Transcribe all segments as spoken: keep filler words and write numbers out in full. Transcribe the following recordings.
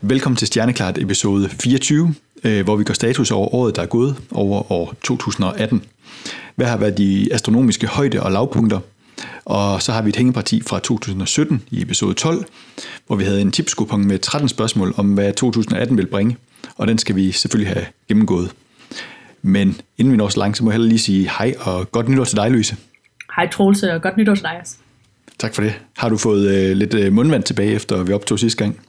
Velkommen til Stjerneklart episode fireogtyve, hvor vi går status over året, der er gået over år to tusind atten. Hvad har været de astronomiske højde- og lavpunkter? Og så har vi et hængeparti fra to tusind sytten i episode tolv, hvor vi havde en tipskupon med tretten spørgsmål om, hvad to tusind atten vil bringe. Og den skal vi selvfølgelig have gennemgået. Men inden vi når så langt, så må jeg heller lige sige hej og godt nytår til dig, Louise. Hej Troels, og godt nytår til dig også. Tak for det. Har du fået øh, lidt øh, mundvand tilbage, efter vi optog sidste gang?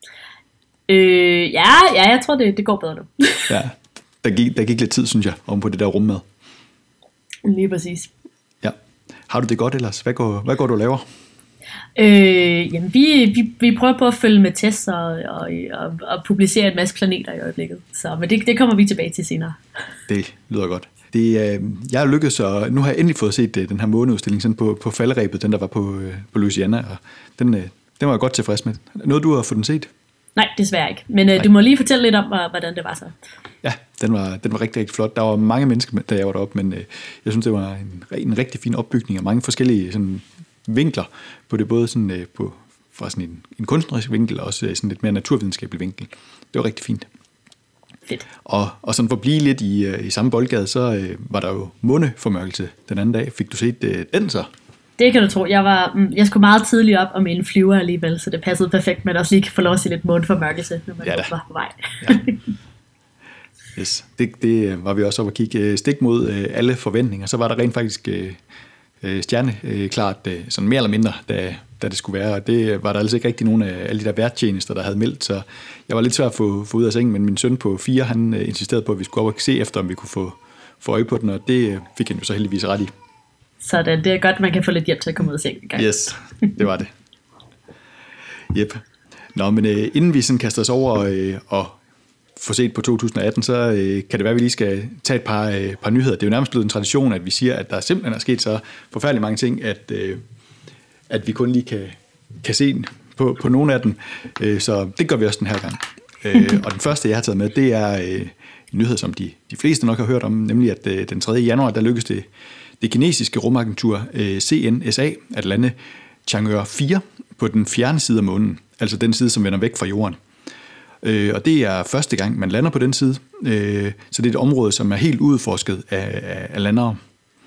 Øh, ja, ja, jeg tror, det, det går bedre nu. Ja, der gik, der gik lidt tid, synes jeg, om på det der rummad. Lige præcis. Ja. Har du det godt ellers? Hvad går, hvad går du og laver? Øh, jamen, vi, vi, vi prøver på at følge med tests og, og, og, og publicere en masse planeter i øjeblikket. Så, men det, det kommer vi tilbage til senere. Det lyder godt. Det, øh, jeg har lykkedes, og nu har jeg endelig fået set øh, den her måneudstilling sådan på, på falderæbet, den der var på, øh, på Louisiana, og den, øh, den var jeg godt tilfreds med. Noget du har fået den set? Nej, desværre ikke. Men øh, du må lige fortælle lidt om, hvordan det var så. Ja, den var, den var rigtig, rigtig flot. Der var mange mennesker, da jeg var deroppe, men øh, jeg synes, det var en, en rigtig fin opbygning af mange forskellige sådan, vinkler på det, både sådan, øh, på, fra sådan en, en kunstnerisk vinkel og også sådan lidt mere naturvidenskabelig vinkel. Det var rigtig fint. Fedt. Og, og sådan for at blive lidt i, i samme boldgade, så øh, var der jo måneformørkelse den anden dag. Fik du set øh, den så? Det kan du tro. Jeg, var, jeg skulle meget tidligt op og med en flyver alligevel, så det passede perfekt, men også lige kan få lov at se lidt måneformørkelse, når man ja, var på vej. Ja. Yes. Det, det var vi også op at kigge stik mod øh, alle forventninger. Så var der rent faktisk øh, stjerneklart, øh, sådan mere eller mindre, da, da det skulle være. Og det var der altså ikke rigtig nogen af alle de der værtjenester, der havde meldt. Så jeg var lidt svær at få, få ud af sengen, men min søn på fire, han øh, insisterede på, at vi skulle op og se efter, om vi kunne få, få øje på den, og det øh, fik han jo så heldigvis ret i. Så det, det er godt, man kan få lidt hjælp til at komme ud af sengen en gang. Yes, det var det. Yep. Nå, men øh, inden vi sådan kaster os over øh, og får set på to tusind atten, så øh, kan det være, at vi lige skal tage et par, øh, par nyheder. Det er jo nærmest blevet en tradition, at vi siger, at der simpelthen er sket så forfærdeligt mange ting, at, øh, at vi kun lige kan, kan se på, på nogle af dem. Øh, så det gør vi også den her gang. Øh, og den første, jeg har taget med, det er øh, en nyhed, som de, de fleste nok har hørt om, nemlig at øh, den tredje januar, der lykkedes det det kinesiske rumagentur øh, C N S A at lande Chang'e fire på den fjerne side af månen, altså den side, som vender væk fra jorden. Øh, og det er første gang, man lander på den side, øh, så det er et område, som er helt udforsket af, af, af landere.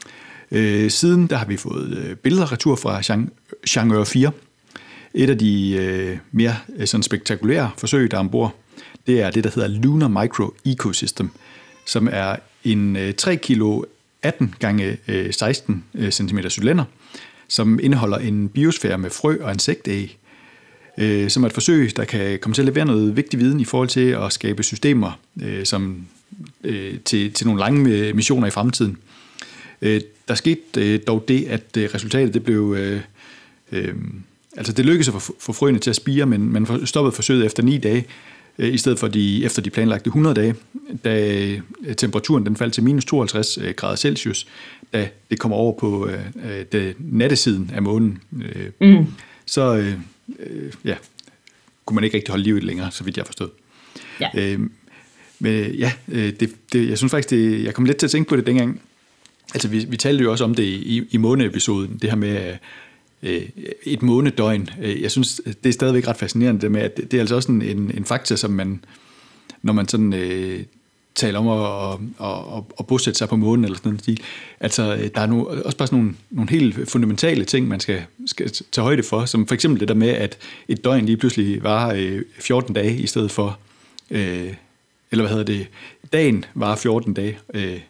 Øh, siden der har vi fået øh, billeder retur fra Chang'e fire. Et af de øh, mere øh, sådan spektakulære forsøg, der er ombord, det er det, der hedder Lunar Micro Ecosystem, som er en øh, tre kilo atten gange seksten centimeter cylinder, som indeholder en biosfære med frø og insektæg, øh, som er et forsøg, der kan komme til at levere noget vigtig viden i forhold til at skabe systemer øh, som, øh, til, til nogle lange missioner i fremtiden. Øh, der skete øh, dog det, at øh, resultatet det blev... Øh, øh, altså det lykkedes at få, få frøene til at spire, men man stoppede forsøget efter ni dage, øh, i stedet for de, efter de planlagte hundrede dage, da temperaturen den faldt til minus tooghalvtreds grader Celsius, da det kommer over på øh, det nattesiden af månen. Øh, mm. Så øh, ja, kunne man ikke rigtig holde liv i det længere, så vidt jeg har forstået. Ja. Øh, men ja, det, det, jeg synes faktisk, det, jeg kom lidt til at tænke på det dengang. Altså vi, vi talte jo også om det i, i måneepisoden, det her med øh, et månedøgn. Jeg synes, det er stadigvæk ret fascinerende, det med, at det, det er altså også en, en, en faktor, som man, når man sådan... Øh, taler om at, at, at, at bosætte sig på månen eller sådan noget. Altså, der er nu også bare sådan nogle, nogle helt fundamentale ting, man skal, skal tage højde for, som for eksempel det der med, at et døgn lige pludselig var øh, fjorten dage i stedet for, øh, eller hvad hedder det, dagen var fjorten dage øh,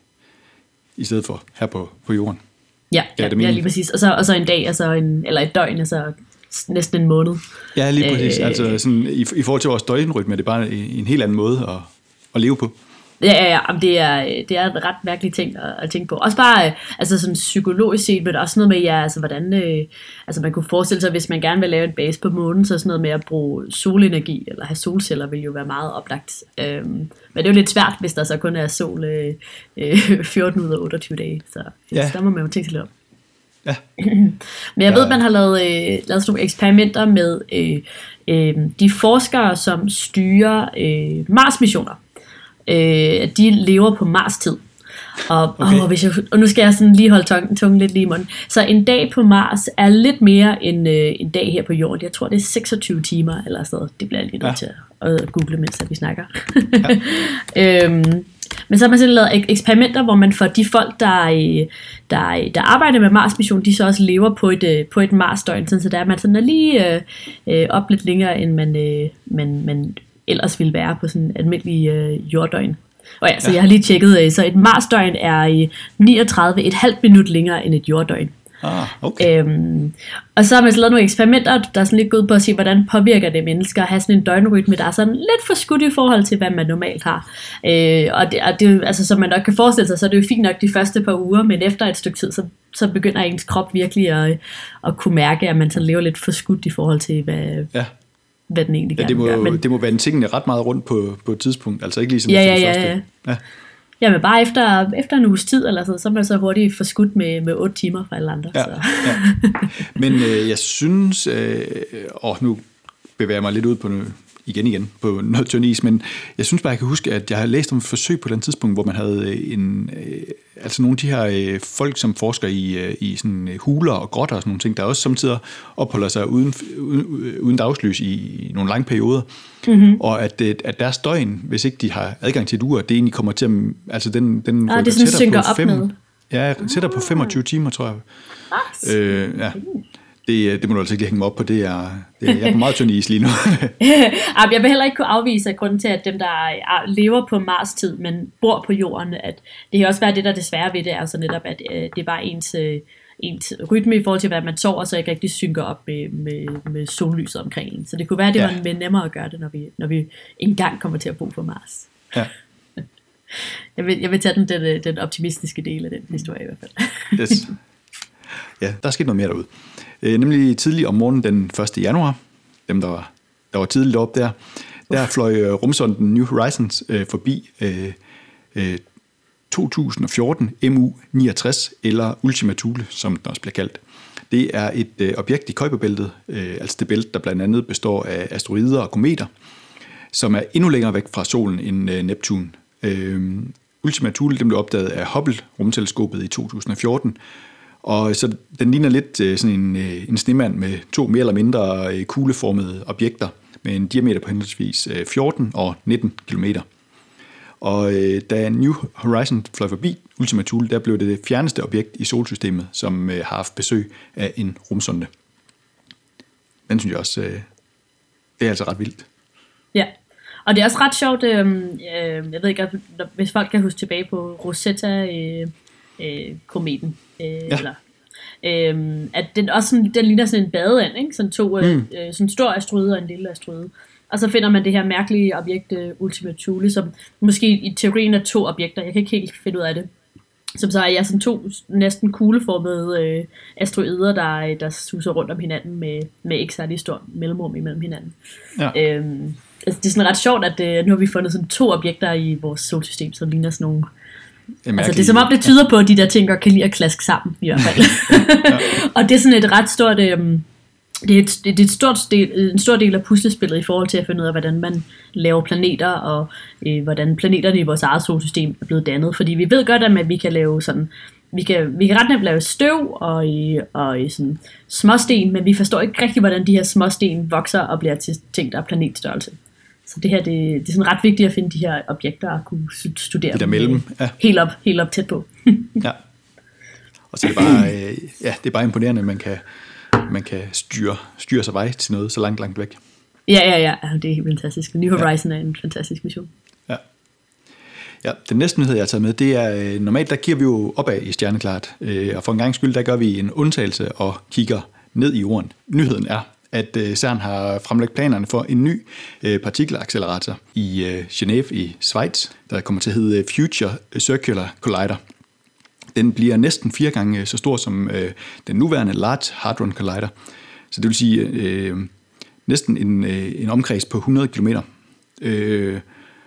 i stedet for her på, på jorden. Ja, ja, ja, lige præcis. Og så, og så en dag, altså en, eller et døgn, altså næsten en måned. Ja, lige præcis. Øh, altså sådan, i, i forhold til vores døgnrytme, det er bare en, en helt anden måde at, at leve på. Ja, ja, ja, det er, det er et ret mærkeligt ting at, at tænke på. Også bare, altså sådan psykologisk set, men også noget med, ja, altså hvordan, øh, altså man kunne forestille sig, hvis man gerne vil lave en base på månen, så sådan noget med at bruge solenergi, eller have solceller, vil jo være meget oplagt. Øhm, men det er jo lidt svært, hvis der så kun er sol øh, fjorten ud af otteogtyve dage, så ja. Så der må man jo tænke sig lidt om. Ja. Men jeg ved, at man har lavet, øh, lavet sådan nogle eksperimenter med øh, øh, de forskere, som styrer øh, Mars-missioner. Øh, de lever på Mars-tid. Og, Okay. og, hvis jeg, og nu skal jeg sådan lige holde tungen, tungen lidt lige i munden. Så en dag på Mars er lidt mere end øh, en dag her på Jorden. Jeg tror, det er seksogtyve timer eller sådan noget. Det bliver jeg lige nødt Ja. til at, at google, mens at vi snakker. Ja. øhm, men så har man selv lavet ek- eksperimenter, hvor man får de folk, der, øh, der, der arbejder med Mars-mission, de så også lever på et, øh, på et Mars-døgn, sådan, så der er man sådan er lige øh, øh, op lidt længere, end man, øh, man, man ellers ville være på sådan en almindelig øh, jorddøgn. Og ja, så ja. Jeg har lige tjekket, øh, så et Mars-døgn er i niogtredive komma fem minut længere end et jorddøgn. Ah, okay. Øhm, og så har man så lavet nogle eksperimenter, der er sådan lidt gået ud på at se, hvordan påvirker det mennesker at have sådan en døgnrytme, der er sådan lidt for skudt i forhold til, hvad man normalt har. Øh, og det, og det, altså, som man nok kan forestille sig, så er det jo fint nok de første par uger, men efter et stykke tid, så, så begynder ens krop virkelig at, at kunne mærke, at man så lever lidt for skudt i forhold til, hvad, Ja. hvad den egentlig Ja, gerne det må, gør. Men, det må være en tingene ret meget rundt på, på et tidspunkt, altså ikke ligesom Ja, efter ja, det ja, første. ja. Ja. Jamen bare efter, efter en uges tid, eller så, så er man så hurtigt forskudt med, med otte timer fra alle andre. Ja, Så. ja. Men øh, jeg synes, øh, og nu bevæger jeg mig lidt ud på noget, igen igen på noget tynd is, men jeg synes bare, jeg kan huske, at jeg har læst om et forsøg på den tidspunkt, hvor man havde en, øh, altså nogle af de her øh, folk, som forsker i, øh, i sådan huler og grotter og sådan nogle ting, der også samtidig opholder sig uden, uden, uden dagslys i, i nogle lange perioder, mm-hmm. og at, at deres døgn, hvis ikke de har adgang til et ur, det egentlig kommer til at, altså den, den Ah, det sådan synker på op fem, med. ja, tættere på femogtyve timer, tror jeg. Ah, Øh, ja. Det, det må du altså ikke hænge mig op på, det er, det er jeg er på meget tynd is lige nu. Jeg vil heller ikke kunne afvise, at grunden til, at dem, der lever på Mars-tid, men bor på jorden, at det kan også være det, der desværre ved det, er så netop, at det er bare ens, ens rytme i forhold til, hvad man sover, så ikke rigtig synker op med, med, med sollyset omkring en. Så det kunne være, at det Ja. var nemmere at gøre det, når vi, når vi engang kommer til at bo på Mars. Ja. Jeg vil, jeg vil tage den, den, den optimistiske del af den historie i hvert fald. Yes. Ja, der er sket noget mere derude. Øh, nemlig tidlig om morgenen den første januar, dem der var, der var tidligt oppe der, der fløj øh, rumsonden New Horizons øh, forbi øh, øh, to tusind og fjorten M U niogtres, eller Ultima Thule, som den også bliver kaldt. Det er et øh, objekt i Kuiperbæltet, øh, altså det bælte, der blandt andet består af asteroider og kometer, som er endnu længere væk fra solen end øh, Neptun. Øh, Ultima Thule, den blev opdaget af Hubble-rumteleskopet i to tusind og fjorten, og så den ligner lidt øh, sådan en, øh, en snemand med to mere eller mindre øh, kugleformede objekter med en diameter på henholdsvis øh, fjorten og nitten kilometer. Og øh, da New Horizon fløj forbi Ultima Thule, der blev det det fjerneste objekt i solsystemet, som øh, har haft besøg af en rumsonde. Den synes jeg også, øh, det er altså ret vildt. Ja, og det er også ret sjovt, øh, øh, jeg ved ikke, hvis folk kan huske tilbage på Rosetta-kometen, øh, øh, Ja. eller, øh, at den også sådan, den ligner sådan en badeand, ikke? Sådan to, øh, mm. øh, sådan en stor asteroide og en lille asteroide. Og så finder man det her mærkelige objekt, øh, Ultima Thule, som måske i teorien er to objekter, jeg kan ikke helt finde ud af det, som så er ja, sådan to næsten kugleformede øh, asteroider, der, der suser rundt om hinanden med, med ikke særlig stor mellemrum imellem hinanden. Ja. Øhm, altså, det er sådan ret sjovt, at øh, nu har vi fundet sådan to objekter i vores solsystem, som ligner sådan nogle... Altså, det er som om, det tyder på, at de der ting godt kan lide at klaske sammen, i hvert fald. Ja. Og det er sådan et ret stort... Øh, det er, et, det er et stort del, en stor del af puslespillet i forhold til at finde ud af, hvordan man laver planeter, og øh, hvordan planeterne i vores eget solsystem er blevet dannet. Fordi vi ved godt, at vi kan lave sådan... Vi kan, vi kan ret nemt lave støv og, i, og i sådan småsten, men vi forstår ikke rigtig, hvordan de her småsten vokser og bliver til ting, der er planetstørrelse. Så det her, det, det er sådan ret vigtigt at finde de her objekter og kunne studere det der mellem, ja. helt, op, helt op tæt på. Ja. Og så er det bare, øh, ja, det er bare imponerende, at man kan, man kan styre, styre sig vej til noget så langt, langt væk. Ja, ja, ja, det er helt fantastisk. New Horizon ja. er en fantastisk mission. Ja. Ja, den næste nyhed, jeg har taget med, det er, øh, normalt der kigger vi jo opad i stjerneklart, øh, og for en gang skyld, der gør vi en undtagelse og kigger ned i jorden. Nyheden er, at øh, CERN har fremlagt planerne for en ny øh, partikelaccelerator i øh, Genève i Schweiz, der kommer til at hedde Future Circular Collider. Den bliver næsten fire gange så stor som øh, den nuværende Large Hadron Collider, så det vil sige øh, næsten en, øh, en omkreds på hundrede kilometer. Øh,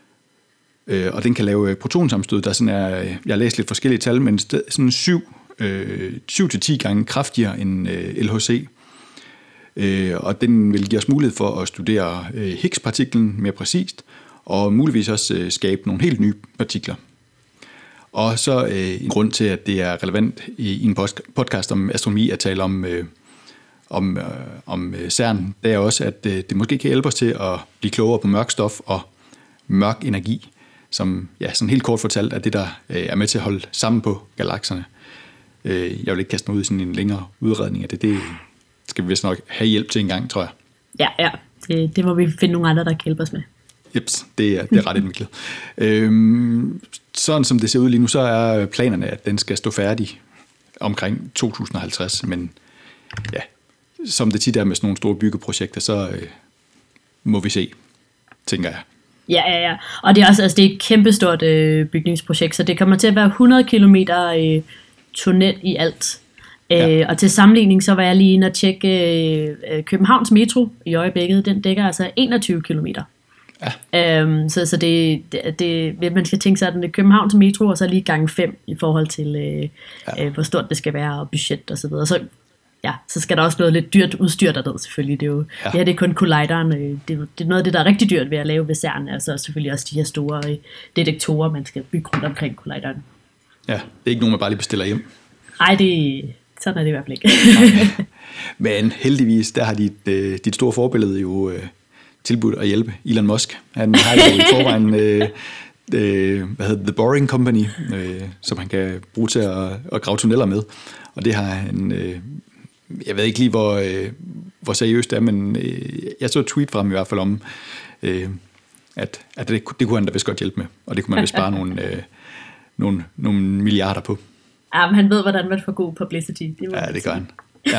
øh, og den kan lave protonsammenstød, der sådan er, jeg har læst lidt forskellige tal, men sådan syv, øh, syv til ti gange kraftigere end øh, L H C. Øh, og den vil give os mulighed for at studere øh, Higgs-partiklen mere præcist, og muligvis også øh, skabe nogle helt nye partikler. Og så øh, en grund til, at det er relevant i, i en podcast om astronomi at tale om, øh, om, øh, om CERN, det er også, at øh, det måske kan hjælpe os til at blive klogere på mørk stof og mørk energi, som ja, sådan helt kort fortalt er det, der øh, er med til at holde sammen på galakserne. Øh, jeg vil ikke kaste mig ud i sådan en længere udredning af det. Det skal vi vist nok have hjælp til en gang, tror jeg. Ja, ja. Det, det må vi finde nogle andre, der kan hjælpe os med. Jeps, det er, det er ret indviklet. øhm, sådan som det ser ud lige nu, så er planerne, at den skal stå færdig omkring to tusind og halvtreds, men ja, som det tit er med sådan nogle store byggeprojekter, så øh, må vi se, tænker jeg. Ja, ja, ja. Og det er også altså, det er et kæmpestort øh, bygningsprojekt, så det kommer til at være hundrede kilometer øh, tunnel i alt. Ja. Øh, og til sammenligning, så var jeg lige inde og tjekke øh, Københavns Metro i øjeblikket. Den dækker altså enogtyve kilometer. Ja. Øhm, så så det, det, det, man skal tænke sig, at den er Københavns Metro, og så lige gange fem i forhold til, øh, ja. øh, hvor stort det skal være, og budget og så videre. Så, ja, så skal der også noget lidt dyrt udstyr derned, selvfølgelig. Det er jo, ja. Det her det er kun kollideren. Øh, det, det er noget af det, der er rigtig dyrt ved at lave ved CERN. Altså selvfølgelig også de her store øh, detektorer, man skal bygge rundt omkring kollideren. Ja, det er ikke nogen, man bare lige bestiller hjem. Nej, det sådan er det i hvert fald ikke. Men heldigvis, der har dit, øh, dit store forbillede jo øh, tilbudt at hjælpe, Elon Musk. Han har jo i forvejen øh, øh, hvad hedder The Boring Company, øh, som han kan bruge til at, at grave tunneller med. Og det har han, øh, jeg ved ikke lige, hvor, øh, hvor seriøst det er, men øh, jeg så et tweet fra ham i hvert fald om, øh, at, at det, det kunne han da vist godt hjælpe med. Og det kunne man vist spare nogle, øh, nogle, nogle milliarder på. Ja, men han ved, hvordan man får god publicity. Det ja, det gør han. Ja.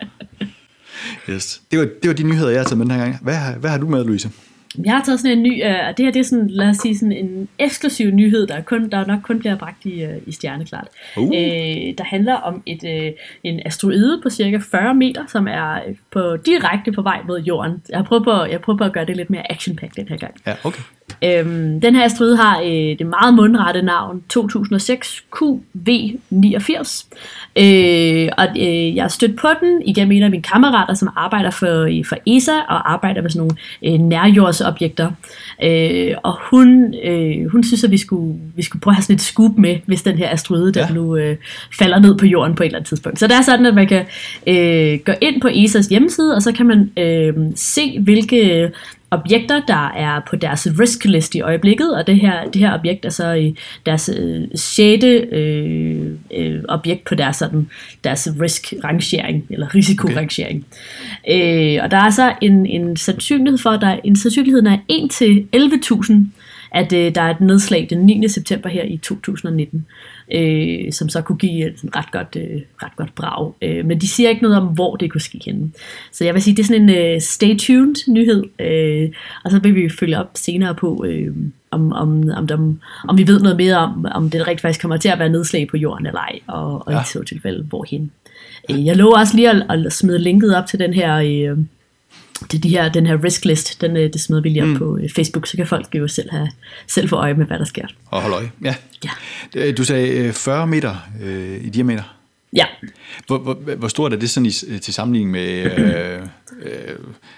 Yes. Det, var, det var de nyheder, jeg har taget med den her gang. Hvad, hvad har du med, Louise? Jeg har taget sådan en ny, og uh, det her det er sådan, lad os sige, sådan en eksklusiv nyhed, der, kun, der nok kun bliver bragt i, uh, i Stjerneklart. Uh. Uh, der handler om et, uh, en asteroide på cirka fyrre meter, som er på, direkte på vej mod jorden. Jeg har prøvet på, jeg prøver på at gøre det lidt mere action-packed den her gang. Ja, okay. Øhm, den her asteroide har øh, det meget mundrette navn to tusind og seks Q V niogfirs, øh, og øh, jeg har stødt på den igennem en af mine kammerater, som arbejder for, for E S A og arbejder med sådan nogle øh, nærjordsobjekter, øh, og hun, øh, hun synes, at vi skulle, vi skulle prøve at have sådan et scoop med, hvis den her asteroide der ja. nu øh, falder ned på jorden på et eller andet tidspunkt. Så det er sådan, at man kan øh, gå ind på E S A's hjemmeside, og så kan man øh, se, hvilke objekter, der er på deres risk list i øjeblikket, og det her, det her objekt er så i deres øh, sjette øh, øh, objekt på deres, sådan, deres risk-rangering, eller risikorangering. Okay. Øh, og der er så en, en sandsynlighed for, at der er, en sandsynlighed er en til elleve tusind, at øh, der er et nedslag den niende september her i to tusind og nitten, øh, som så kunne give et ret godt, øh, ret godt brag. Øh, men de siger ikke noget om, hvor det kunne ske henne. Så jeg vil sige, det er sådan en øh, stay tuned nyhed, øh, og så vil vi følge op senere på, øh, om, om, om, dem, om vi ved noget mere om, om det rigtig faktisk kommer til at være nedslag på jorden eller ej, og, og ja. i så tilfælde hvorhen. Øh, jeg lover også lige at, at smide linket op til den her... Øh, Det, de her, den her risk list, den, det smider vi lige op mm. på Facebook, så kan folk jo selv, have, selv få øje med, hvad der sker. Og holde øje, ja. ja. Du sagde fyrre meter øh, i diameter. Ja. Hvor, hvor, hvor stort er det sådan i, til sammenligning med, øh, øh,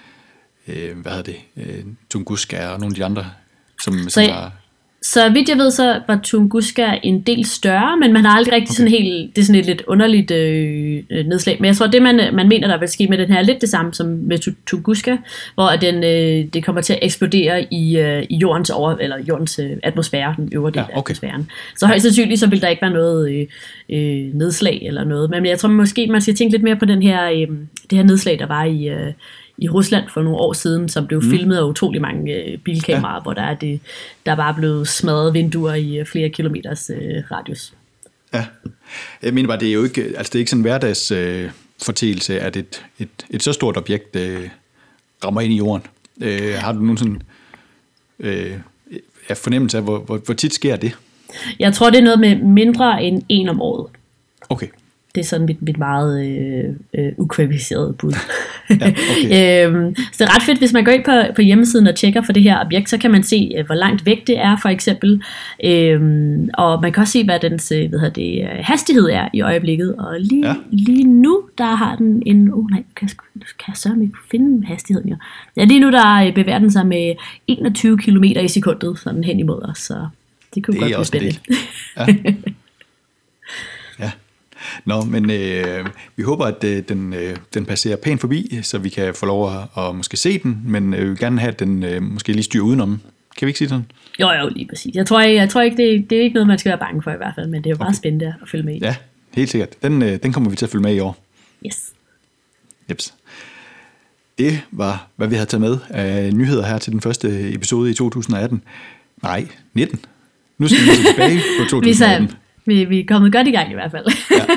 øh, hvad hedder det, øh, Tunguska og nogle af de andre, som, så, som har... Så vidt jeg ved, så var Tunguska en del større, men man har aldrig rigtig okay. sådan helt, det er sådan et lidt underligt øh, nedslag. Men jeg tror, det man, man mener, der vil ske med den her, er lidt det samme som med Tunguska, hvor den, øh, det kommer til at eksplodere i, øh, i jordens, over, eller jordens øh, atmosfære, den øvre del ja, okay. af atmosfæren. Så højst sandsynligt, så vil der ikke være noget øh, øh, nedslag eller noget. Men jeg tror måske, man skal tænke lidt mere på den her, øh, det her nedslag, der var i... Øh, i Rusland for nogle år siden, som blev mm. filmet af utrolig mange øh, bilkameraer, ja. hvor der er det, der bare er blevet smadret vinduer i øh, flere kilometers øh, radius. Ja, jeg mener bare, det er jo ikke, altså det er ikke sådan en hverdags øh, fortælelse, at et, et, et så stort objekt øh, rammer ind i jorden. Øh, har du nogen sådan øh, fornemmelse af, hvor, hvor, hvor tit sker det? Jeg tror, det er noget med mindre end en om året. Okay. Det er sådan mit, mit meget øh, øh, ukvalificerede bud. Ja, okay. øhm, så det er ret fedt, hvis man går ind på, på hjemmesiden og tjekker for det her objekt, så kan man se, øh, hvor langt væk det er, for eksempel. Øhm, og man kan også se, hvad dens øh, hvad det, øh, hastighed er i øjeblikket. Og lige, ja. lige nu, der har den en... Åh oh, nej, kan jeg, kan jeg sørge mig ikke finde hastigheden? Jo. Ja, lige nu, der bevæger den sig med enogtyve kilometer i sekundet, sådan hen imod os. Så Det kunne det godt er også blive en del. Ja. Ja. Nå, men øh, vi håber, at øh, den, øh, den passerer pænt forbi, så vi kan få lov at, at måske se den, men øh, vi vil gerne have, at den øh, måske lige styrer udenom. Kan vi ikke sige sådan? Jo, jo, lige præcis. Jeg tror ikke, jeg tror ikke det, det er ikke noget, man skal være bange for i hvert fald, men det er jo okay. Meget spændende at følge med i. Ja, helt sikkert. Den, øh, den kommer vi til at følge med i år. Yes. Jeps. Det var, hvad vi havde taget med af nyheder her til den første episode i to tusind atten. Nej, nitten. Nu skal vi tilbage på to tusind atten. Vi, vi er kommet godt i gang i hvert fald. Ja.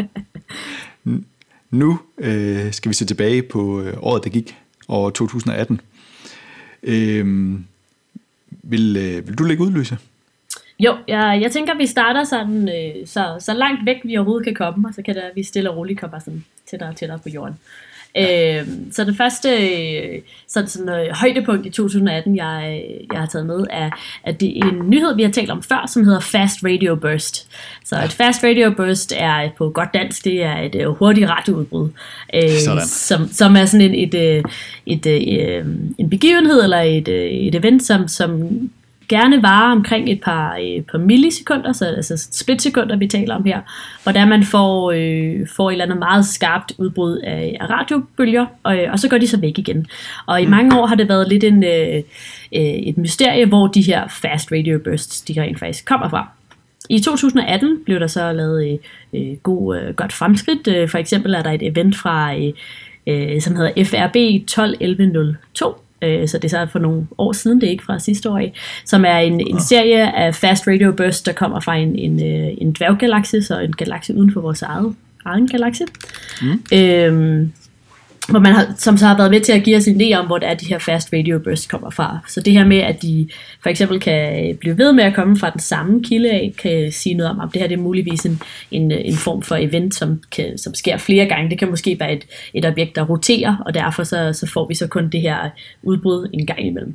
Nu øh, skal vi se tilbage på øh, året, der gik, år to tusind atten. Øh, vil, øh, vil du lægge ud, Louise? Jo, jeg, jeg tænker, vi starter sådan, øh, så, så langt væk, vi overhovedet kan komme, og så kan det, vi stille og roligt komme sådan tættere og tættere på jorden. Ja. Øh, så det første øh, sådan, sådan, øh, højdepunkt i to tusind atten, jeg, jeg har taget med, er, at det er en nyhed, vi har talt om før, som hedder Fast Radio Burst. Så ja. Et Fast Radio Burst er på godt dansk, det er et øh, hurtigt radioudbrud, øh, som, som er sådan et, et, et, et, øh, en begivenhed eller et, et event, som, som gerne varer omkring et par, et par millisekunder, så altså splitsekunder, vi taler om her, hvordan man får, øh, får et eller andet meget skarpt udbrud af, af radiobølger, og, og så går de så væk igen. Og i mange år har det været lidt en, øh, et mysterie, hvor de her fast radio bursts, de rent faktisk kommer fra. I to tusind atten blev der så lavet øh, god, øh, godt fremskridt. For eksempel er der et event fra, øh, som hedder F R B tolv elleve nul to, så det er så for nogle år siden, det er ikke fra sidste år af, som er en, en serie af fast radio bursts, der kommer fra en, en, en dværggalakse, så en galakse uden for vores eget, egen galakse, mm. øhm, hvor man har, som så har været med til at give os en idé om, hvor det er, de her fast radio bursts kommer fra. Så det her med, at de for eksempel kan blive ved med at komme fra den samme kilde af, kan sige noget om, om det her det er muligvis en, en, en form for event, som, kan, som sker flere gange. Det kan måske være et, et objekt, der roterer, og derfor så, så får vi så kun det her udbrud en gang imellem.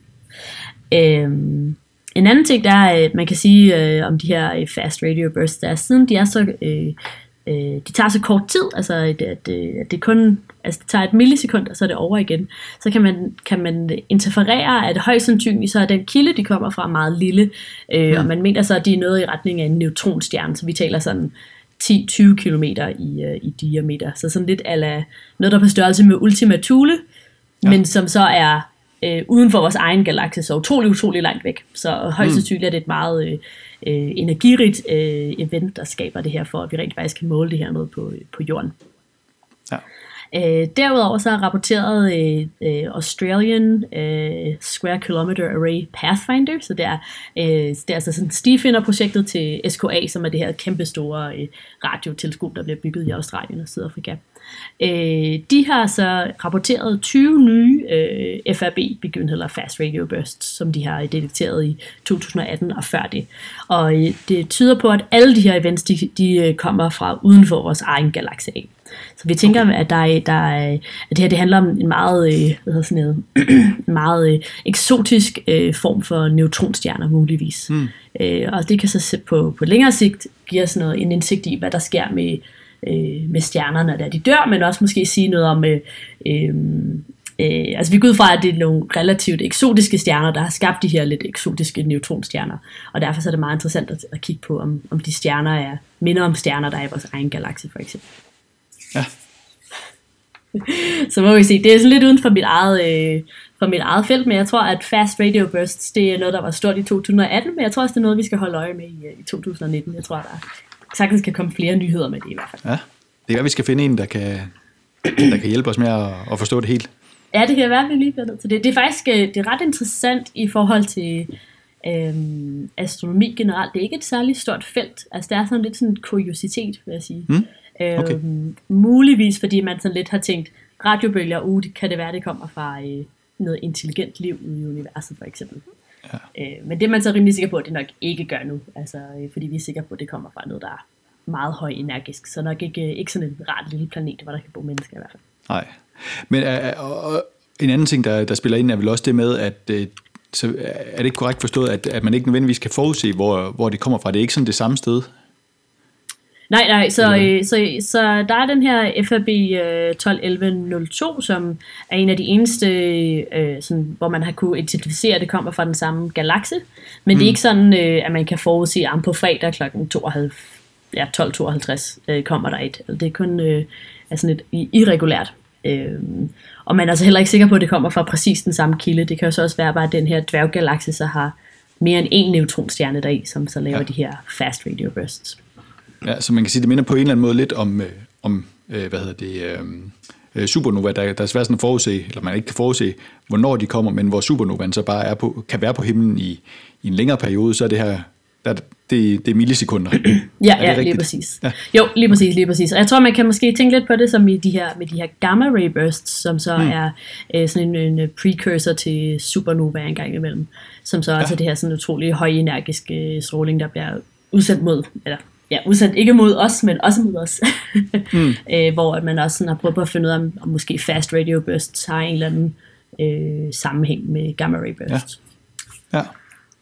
Øhm, en anden ting, der er, man kan sige øh, om de her fast radio bursts, der er siden de er så... Øh, de tager så kort tid, altså at, at, at det kun altså det tager et millisekund, og så er det over igen, så kan man, kan man interferere, at højst sandsynligt så er den kilde, de kommer fra, meget lille, øh, mm. og man mener så, at de er noget i retning af en neutronstjerne, så vi taler sådan ti til tyve kilometer i, uh, i diameter, så sådan lidt ala noget, der er på størrelse med Ultima Thule, ja. Men som så er øh, uden for vores egen galakse, så utrolig, utrolig langt væk, så højst sandsynligt er det et meget øh, øh, energirigt øh, event, der skaber det her, for at vi rent faktisk kan måle det her noget på, på jorden. Ja. Øh, derudover så er rapporteret øh, øh, Australian øh, Square Kilometer Array Pathfinder, så det er, øh, det er altså sådan stifinder-projektet til S K A, som er det her kæmpe store øh, radioteleskop, der bliver bygget i Australien og Sydafrika. Øh, de har så rapporteret tyve nye øh, F R B-begivenheder, Fast Radio Bursts, som de har detekteret i to tusind atten og før det. Og øh, det tyder på, at alle de her events, de, de kommer fra uden for vores egen galakse af. Så vi tænker, okay. at, der er, der er, at det her det handler om en meget, øh, hvad hedder sådan noget, en meget øh, eksotisk øh, form for neutronstjerner muligvis. Mm. Øh, og det kan så på, på længere sigt give os noget, en indsigt i, hvad der sker med, øh, med stjernerne, når de dør, men også måske sige noget om, øh, øh, øh, altså vi går ud fra, at det er nogle relativt eksotiske stjerner, der har skabt de her lidt eksotiske neutronstjerner, og derfor så er det meget interessant at, at kigge på, om, om de stjerner er minder om stjerner, der er i vores egen galakse for eksempel. Ja. Så må vi se, det er sådan lidt uden for mit eget, øh, for mit eget felt, men jeg tror, at Fast Radio Bursts, det er noget, der var stort i to tusind atten, men jeg tror også, det er noget, vi skal holde øje med i, i to tusind nitten. Jeg tror, der sagtens kan komme flere nyheder med det i hvert fald. Ja, det er at vi skal finde en, der kan, der kan hjælpe os med at, at forstå det helt. Ja, det kan være, vi lige bliver nødt til det. Det er faktisk det er ret interessant i forhold til øhm, astronomi generelt. Det er ikke et særligt stort felt. Altså, det er sådan lidt sådan en kuriositet, vil jeg sige. Hmm. Okay. Øhm, muligvis fordi man sådan lidt har tænkt radiobølger, uh, kan det være det kommer fra øh, noget intelligent liv i universet for eksempel, ja. øh, men det er man så rimelig sikker på, at det nok ikke gør nu, altså øh, fordi vi er sikre på, at det kommer fra noget, der er meget høj energisk, så nok ikke, øh, ikke sådan en ret lille planet, hvor der kan bo mennesker i hvert fald. Nej, men øh, og en anden ting der, der spiller ind er vel også det med at øh, så er det ikke korrekt forstået, at, at man ikke nødvendigvis kan forudse hvor, hvor det kommer fra, det er ikke sådan det samme sted. Nej, nej, så, øh, så, så der er den her F R B øh, tolv elleve nul to, som er en af de eneste, øh, sådan, hvor man har kunne identificere, at det kommer fra den samme galakse. Men mm. det er ikke sådan, øh, at man kan forudse, at på fredag klokken tooghalvfems, ja, tolv tooghalvtreds øh, kommer der et. Det er kun øh, er sådan et irregulært. Øh, og man er altså heller ikke sikker på, at det kommer fra præcis den samme kilde. Det kan jo så også være bare, at den her dværggalakse så har mere end en neutronstjerne deri, som så laver ja. de her fast radio bursts. Ja, så man kan sige, det minder på en eller anden måde lidt om, øh, om øh, hvad hedder det, øh, supernova, der, der er svært sådan at forudse, eller man ikke kan forudse, hvornår de kommer, men hvor supernovaen så bare er på, kan være på himlen i, i en længere periode, så er det her, der, det, det er millisekunder. Ja, ja, lige præcis. Ja. Jo, lige præcis, lige præcis. Og jeg tror, man kan måske tænke lidt på det som i de her, med de her gamma ray bursts, som så mm. er øh, sådan en, en precursor til supernova en gang imellem, som så ja. også er det her sådan utrolig højenergiske stråling, der bliver udsendt mod, eller ja, udsendt ikke mod os, men også mod os. mm. øh, hvor man også sådan har prøvet på at finde ud af, om, om måske fast radio bursts har en eller anden øh, sammenhæng med gamma ray bursts. Ja. ja.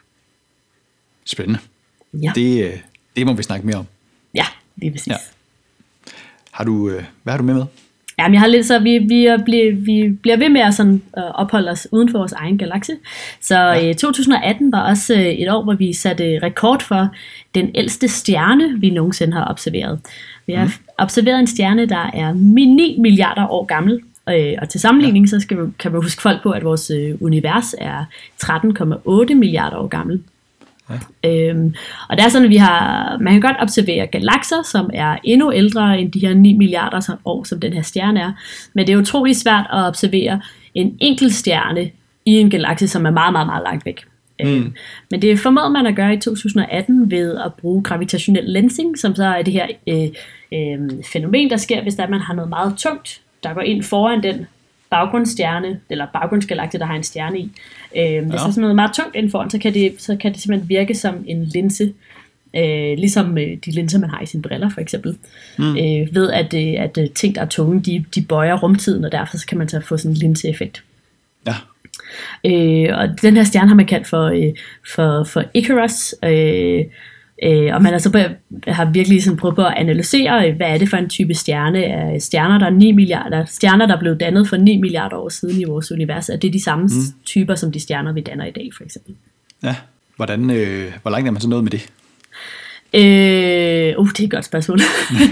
Spændende. Ja. Det, det må vi snakke mere om. Ja, lige præcis. Ja. Har du, hvad har du med med? Jamen, jeg har lidt så, vi, vi, bliver, vi bliver ved med at sådan, uh, opholde os uden for vores egen galakse. Så ja. uh, to tusind atten var også uh, et år, hvor vi satte rekord for den ældste stjerne, vi nogensinde har observeret. Vi har mm. observeret en stjerne, der er ni milliarder år gammel. Uh, og til sammenligning, ja. så skal vi, kan vi huske folk på, at vores uh, univers er tretten komma otte milliarder år gammel. Ja. Øhm, og det er sådan, at vi har, man kan godt observere galakser, som er endnu ældre end de her ni milliarder år, som den her stjerne er. Men det er utrolig svært at observere en enkelt stjerne i en galakse, som er meget, meget, meget langt væk. Mm. Øhm, men det formåede man at gøre i to tusind atten ved at bruge gravitationel lensing, som så er det her øh, øh, fænomen, der sker, hvis der man har noget meget tungt, der går ind foran den baggrundsstjerne, eller baggrundsgalakse, der har en stjerne i. Øh, ja. Hvis der er sådan noget meget tungt inden foran, så kan det, så kan det simpelthen virke som en linse, øh, ligesom øh, de linser, man har i sine briller, for eksempel. Mm. Øh, ved at, øh, at øh, ting, der er tunge, de, de bøjer rumtiden, og derfor så kan man så få sådan en linseeffekt. Ja. Øh, og den her stjerne har man kaldt for, øh, for, for Icarus, øh, Øh, og man altså på, har virkelig sådan prøvet på at analysere, hvad er det for en type stjerne. Er stjerner, der er ni milliarder, stjerner, der blev dannet for ni milliarder år siden i vores univers, er det de samme mm. typer, som de stjerner, vi danner i dag, for eksempel. Ja, hvordan, øh, hvor langt er man så nået med det? Øh, uh, det er et godt spørgsmål.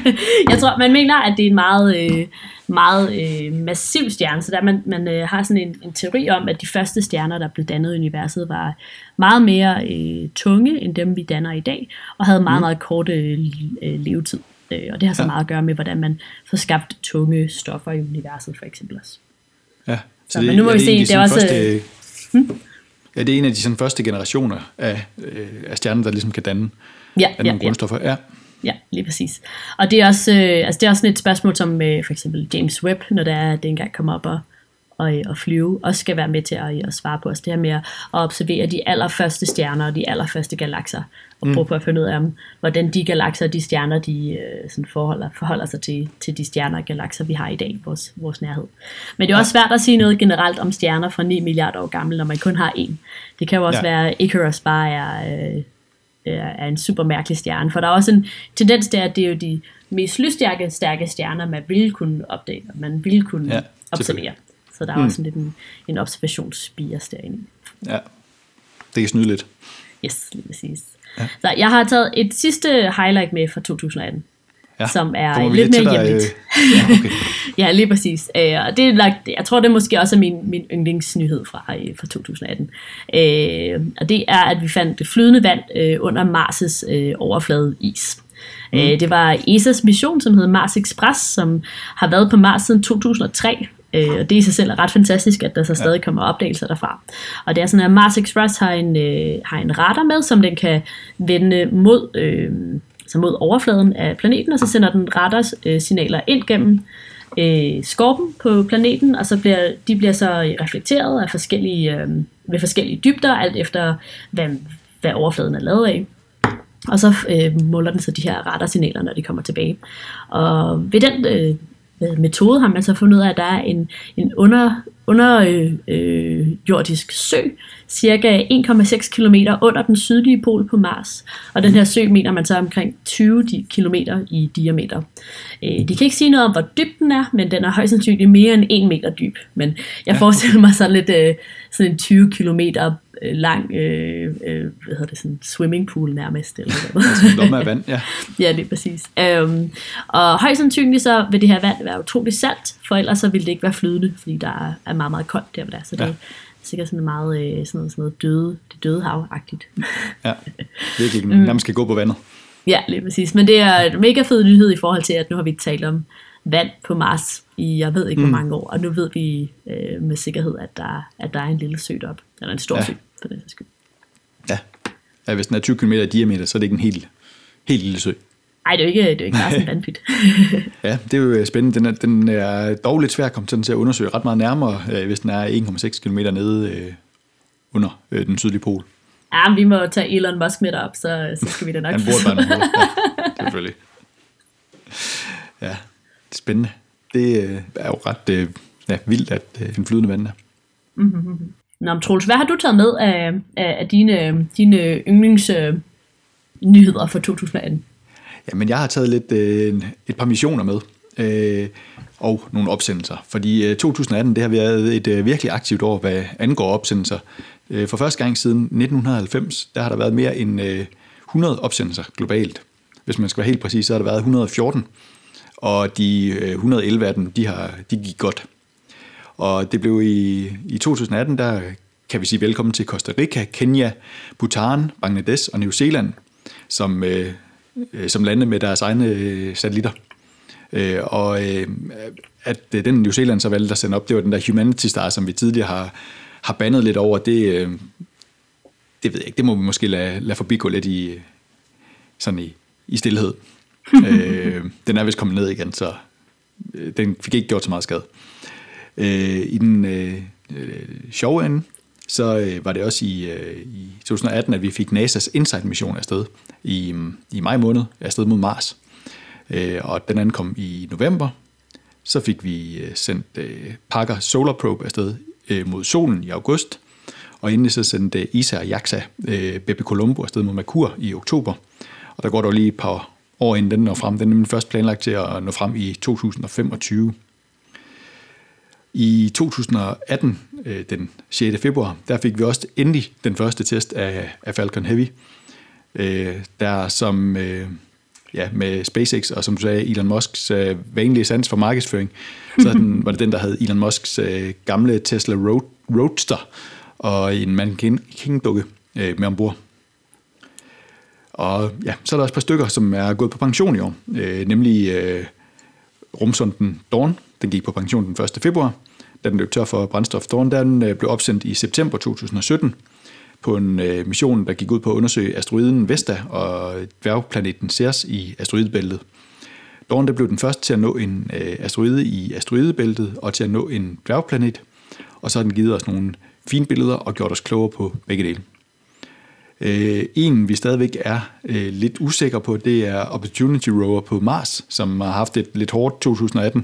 Jeg tror, man mener, at det er en meget, øh, meget øh, massiv stjerne, så der man, man øh, har sådan en, en teori om, at de første stjerner, der blev dannet i universet, var meget mere øh, tunge, end dem vi danner i dag, og havde meget, mm. meget kort øh, levetid. Øh, og det har så ja. meget at gøre med, hvordan man får skabt tunge stoffer i universet, for eksempel også. Ja, så, så det, men nu må er vi det se, det er også... Første, hmm? Ja, det er en af de sådan, første generationer af, øh, af stjerner, der ligesom kan danne ja, nogle ja, grundstoffer. Ja. Ja, lige præcis. Og det er også, øh, altså det er også sådan et spørgsmål, som øh, for eksempel James Webb, når det er, det engang kommer op og, og, og flyve, også skal være med til at, at svare på os. Det her med at observere de allerførste stjerner og de allerførste galakser, og prøve mm. på at finde ud af, hvordan de galakser og de stjerner, de øh, sådan forholder, forholder sig til, til de stjerner og galakser, vi har i dag i vores, vores nærhed. Men det er også svært at sige noget generelt om stjerner fra ni milliarder år gamle, når man kun har én. Det kan jo også ja. være, at Icarus bare er... Øh, er en super mærkelig stjerne, for der er også en tendens til, at det er jo de mest lysstærke stærke stjerner, man ville kunne opdage, og man ville kunne ja, observere. Så der er mm. også lidt en, en observationsbias derinde. Ja, det kan snyde lidt. Yes, lige præcis. Ja. Så jeg har taget et sidste highlight med fra to tusind atten, ja. som er lidt mere hjemligt. Øh... Ja, okay. Ja, lige præcis. Øh, og det er lagt, jeg tror, det måske også er min, min yndlingsnyhed fra, fra to tusind atten. Øh, og det er, at vi fandt det flydende vand øh, under Mars' øh, overflade is. Mm. Øh, det var E S A's mission, som hedder Mars Express, som har været på Mars siden to tusind og tre. Øh, og det i sig selv er ret fantastisk, at der så stadig kommer opdagelser derfra. Og det er sådan, at Mars Express har en, øh, har en radar med, som den kan vende mod... Øh, så mod overfladen af planeten, og så sender den radarsignaler ind gennem øh, skorpen på planeten, og så bliver de bliver så reflekteret af forskellige, øh, ved forskellige dybder, alt efter hvad, hvad overfladen er lavet af. Og så øh, måler den så de her radarsignaler, når de kommer tilbage. Og ved den, øh, øh, metode har man så fundet ud af, at der er en, en under, underjordisk øh, sø, cirka en komma seks kilometer under den sydlige pol på Mars. Og den her sø mener man så er omkring tyve kilometer i diameter. Øh, de kan ikke sige noget om, hvor dyb den er, men den er højst sandsynligt mere end en meter dyb. Men jeg ja. forestiller mig sådan lidt øh, sådan en tyve kilometer lang øh, øh, hvad hedder det, sådan swimmingpool nærmest. Eller noget. Lomme af vand, ja. Ja, det er præcis. Øhm, og højst sandsynligt så vil det her vand være utroligt salt, for ellers så vil det ikke være flydende, fordi der er meget, meget koldt der, der. Så det ja. er sikkert sådan meget øh, sådan noget, sådan noget døde, det døde hav-agtigt. Ja, virkelig nærmest skal gå på vandet. Ja, lige præcis. Men det er en mega fed nyhed i forhold til, at nu har vi talt om vand på Mars i, jeg ved ikke hvor mange år, og nu ved vi øh, med sikkerhed, at der, at der er en lille sø deroppe, eller en stor ja. sø, for den skyld. Ja. ja, hvis den er tyve kilometer i diameter, så er det ikke en helt, helt lille sø. Nej, det er jo ikke, det er ikke bare sådan en vandpyt. Ja, det er jo spændende. Den er, den er dog lidt svær at komme til at undersøge ret meget nærmere, hvis den er en komma seks kilometer nede øh, under øh, den sydlige pol. Ja, vi må tage Elon Musk med derop, så, så skal vi da nok. Han bor bare noget. Ja, selvfølgelig. Ja, det er spændende. Det øh, er jo ret øh, ja, vildt, at øh, en flydende vand er. Mm-hmm. Nå, men Troels, hvad har du taget med af, af, af dine, dine yndlingsnyheder øh, for to tusind atten? Jamen, jeg har taget lidt øh, et par missioner med, øh, og nogle opsendelser. Fordi øh, to tusind atten, det har været et øh, virkelig aktivt år, hvad angår opsendelser. Øh, for første gang siden nitten halvfems, der har der været mere end øh, hundrede opsendelser globalt. Hvis man skal være helt præcis, så har der været et hundrede og fjorten. Og de øh, et hundrede og elleve af dem, de, har, de gik godt. Og det blev i, i to tusind atten, der kan vi sige velkommen til Costa Rica, Kenya, Bhutan, Bangladesh og New Zealand, som, øh, som lande med deres egne øh, satellitter. Øh, og øh, at den New Zealand så valgte at sende op, det var den der Humanity Star, som vi tidligere har, har bandet lidt over. Det, øh, det ved jeg ikke, det må vi måske lade, lade forbigå lidt i, sådan i, i stillhed. øh, den er vist kommet ned igen, så øh, den fik ikke gjort så meget skade. Øh, I den øh, øh, sjove ende, så øh, var det også i, øh, i to tusind atten, at vi fik NASA's InSight-mission afsted i, i maj måned, afsted mod Mars. Øh, og den anden kom i november. Så fik vi øh, sendt øh, Parker Solar Probe afsted øh, mod solen i august. Og endelig så sendte E S A og JAXA øh, Bepi Colombo afsted mod Merkur i oktober. Og der går dog lige et par år inden den når frem. Den er nemlig først planlagt til at nå frem i to tusind og femogtyve. I to tusind atten, den sjette februar, der fik vi også endelig den første test af, af Falcon Heavy. Der som ja, med SpaceX og som du sagde, Elon Musks vanlige sans for markedsføring, så den, var det den, der havde Elon Musks gamle Tesla Road, Roadster og en mannequin-dukke med ombord. Og ja, så er der også et par stykker, som er gået på pension i år, nemlig rumsonden Dawn. Den gik på pension den første februar, da den løb tør for brændstof. Dawn den blev opsendt i september to tusind og sytten på en mission, der gik ud på at undersøge asteroiden Vesta og dværgplaneten Ceres i asteroidebæltet. Dawn blev den første til at nå en asteroide i asteroidebæltet og til at nå en dværgplanet, og så har den givet os nogle fine billeder og gjort os klogere på begge dele. En, vi stadigvæk er lidt usikre på, det er Opportunity Rover på Mars, som har haft et lidt hårdt to tusind atten.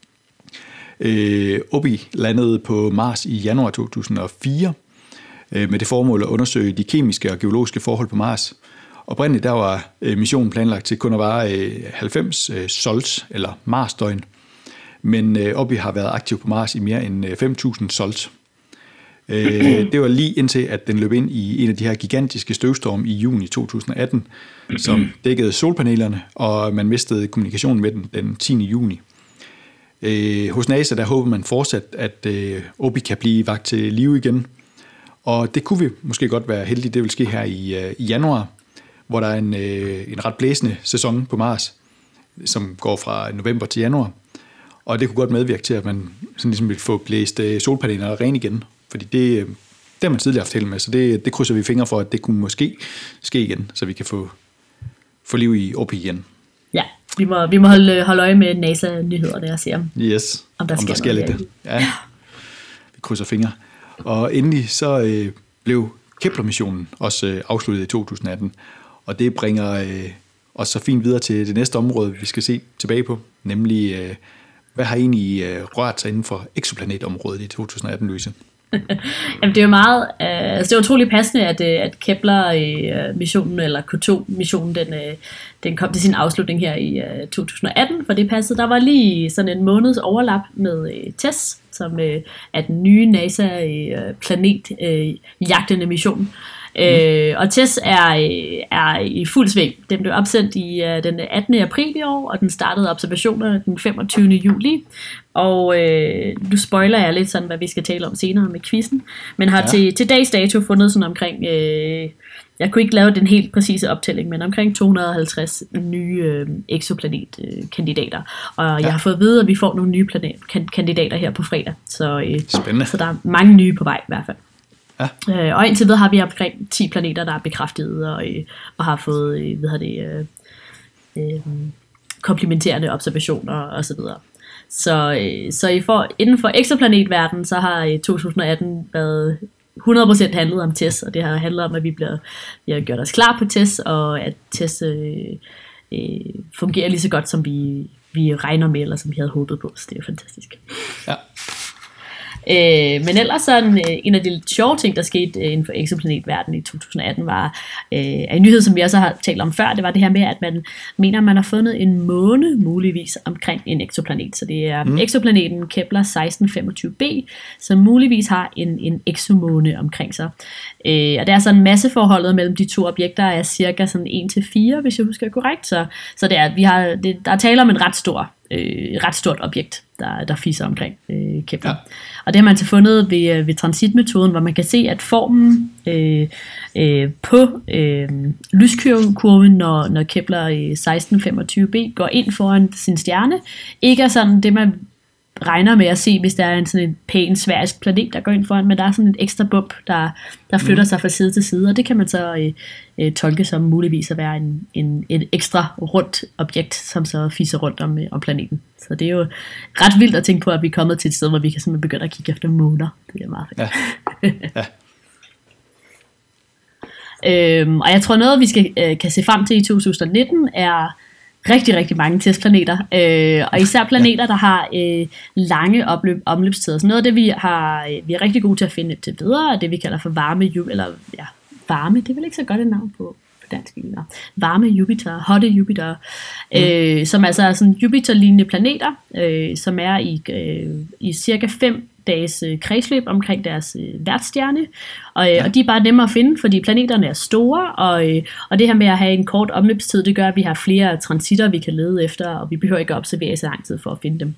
Øh, Obi landede på Mars i januar to tusind og fire øh, med det formål at undersøge de kemiske og geologiske forhold på Mars. Oprindeligt der var øh, missionen planlagt til kun at vare øh, halvfems øh, sols eller Mars-døgn, men øh, Obi har været aktiv på Mars i mere end øh, fem tusind sols. Øh, det var lige indtil, at den løb ind i en af de her gigantiske støvstorme i juni to tusind atten, som dækkede solpanelerne, og man mistede kommunikationen med den den tiende juni. Øh, hos NASA der håber man fortsat, at øh, Obi kan blive vakt til live igen. Og det kunne vi måske godt være heldige, det vil ske her i, øh, i januar, hvor der er en, øh, en ret blæsende sæson på Mars, som går fra november til januar. Og det kunne godt medvirke til, at man sådan ligesom vil få blæst øh, solpanelerne ren igen. Fordi det, det har man tidligere haft held med, så det, det krydser vi fingre for, at det kunne måske ske igen, så vi kan få, få liv i Obi igen. Ja, vi må, vi må holde, holde øje med NASA-nyheder der og se, om, yes. om der om sker, der sker lidt. Ja, vi krydser fingre. Og endelig så øh, blev Kepler-missionen også øh, afsluttet i to tusind atten, og det bringer øh, os så fint videre til det næste område, vi skal se tilbage på, nemlig øh, hvad har egentlig øh, rørt sig inden for eksoplanetområdet i to tusind atten, Louise? Jamen det er jo meget, øh, altså det er utroligt passende, at, øh, at Kepler-missionen, eller K to-missionen, den, øh, den kom til sin afslutning her i øh, to tusind atten, for det passede. Der var lige sådan en måneds overlap med øh, TESS, som øh, er den nye NASA-planet-jagtende øh, mission. Mm. Øh, og TESS er, øh, er i fuld sving. Den blev opsendt i øh, den attende april i år, og den startede observationer den femogtyvende juli. Og øh, nu spoiler jeg lidt sådan, hvad vi skal tale om senere med quizzen, men har ja. til, til dags dato fundet sådan omkring, øh, jeg kunne ikke lave den helt præcise optælling, men omkring to hundrede og halvtreds nye øh, exoplanet-kandidater. Og ja. jeg har fået at vide, at vi får nogle nye planet-kandidater her på fredag. Så, øh, Spændende. Så der er mange nye på vej i hvert fald. Ja. Øh, og indtil videre har vi omkring ti planeter, der er bekræftet og, øh, og har fået øh, hvad det, øh, øh, komplementerende observationer og så videre. Så, øh, så i for, inden for exoplanetverdenen, så har øh, to tusind atten været hundrede procent handlet om TESS, og det har handlet om, at vi, bliver, vi har gjort os klar på TESS, og at TESS øh, øh, fungerer lige så godt, som vi, vi regner med, eller som vi havde håbet på, så det er jo fantastisk. Ja. Øh, men ellers sådan øh, en af de lidt sjove ting, der skete øh, inden for exoplanetverdenen i to tusind atten, var øh, en nyhed, som vi også har talt om før. Det var det her med, at man mener, at man har fundet en måne muligvis omkring en exoplanet. Så det er mm. exoplaneten Kepler seksten femogtyve b, som muligvis har en, en exomåne omkring sig. Øh, og det er sådan masseforholdet mellem de to objekter er cirka sådan en til fire, hvis jeg husker korrekt. Så, så det er, vi har, det, der er tale om en ret stor Øh, ret stort objekt, der, der fiser omkring øh, Kepler. Ja. Og det har man så fundet ved, ved transitmetoden, hvor man kan se, at formen øh, øh, på øh, lyskurven, når, når Kepler seksten femogtyve b går ind foran sin stjerne, ikke er sådan det, man regner med at se, hvis der er en sådan en pæn sfærisk planet, der går ind foran, men der er sådan et ekstra bump, der, der flytter mm. sig fra side til side, og det kan man så øh, øh, tolke som muligvis at være en, en, et ekstra rundt objekt, som så fiser rundt om, øh, om planeten. Så det er jo ret vildt at tænke på, at vi er kommet til et sted, hvor vi kan simpelthen begynde at kigge efter måner. Det er meget fedt. Ja. Ja. øhm, og jeg tror noget, vi skal, øh, kan se frem til i to tusind nitten, er rigtig, rigtig mange testplaneter, øh, og især planeter, der har øh, lange opløb, omløbstider. Så noget af det, vi, har, øh, vi er rigtig gode til at finde til videre, er det, vi kalder for varme, eller ja, varme, det er vel ikke så godt et navn på, på dansk. Eller. Varme Jupiter, hotte Jupiter, mm. øh, som altså er sådan Jupiter-lignende planeter, øh, som er i, øh, i cirka fem dages øh, kredsløb omkring deres øh, værtsstjerne, og, øh, ja. og de er bare nemmere at finde, fordi planeterne er store, og, øh, og det her med at have en kort omløbstid, det gør, at vi har flere transitter, vi kan lede efter, og vi behøver ikke at observere så lang tid for at finde dem.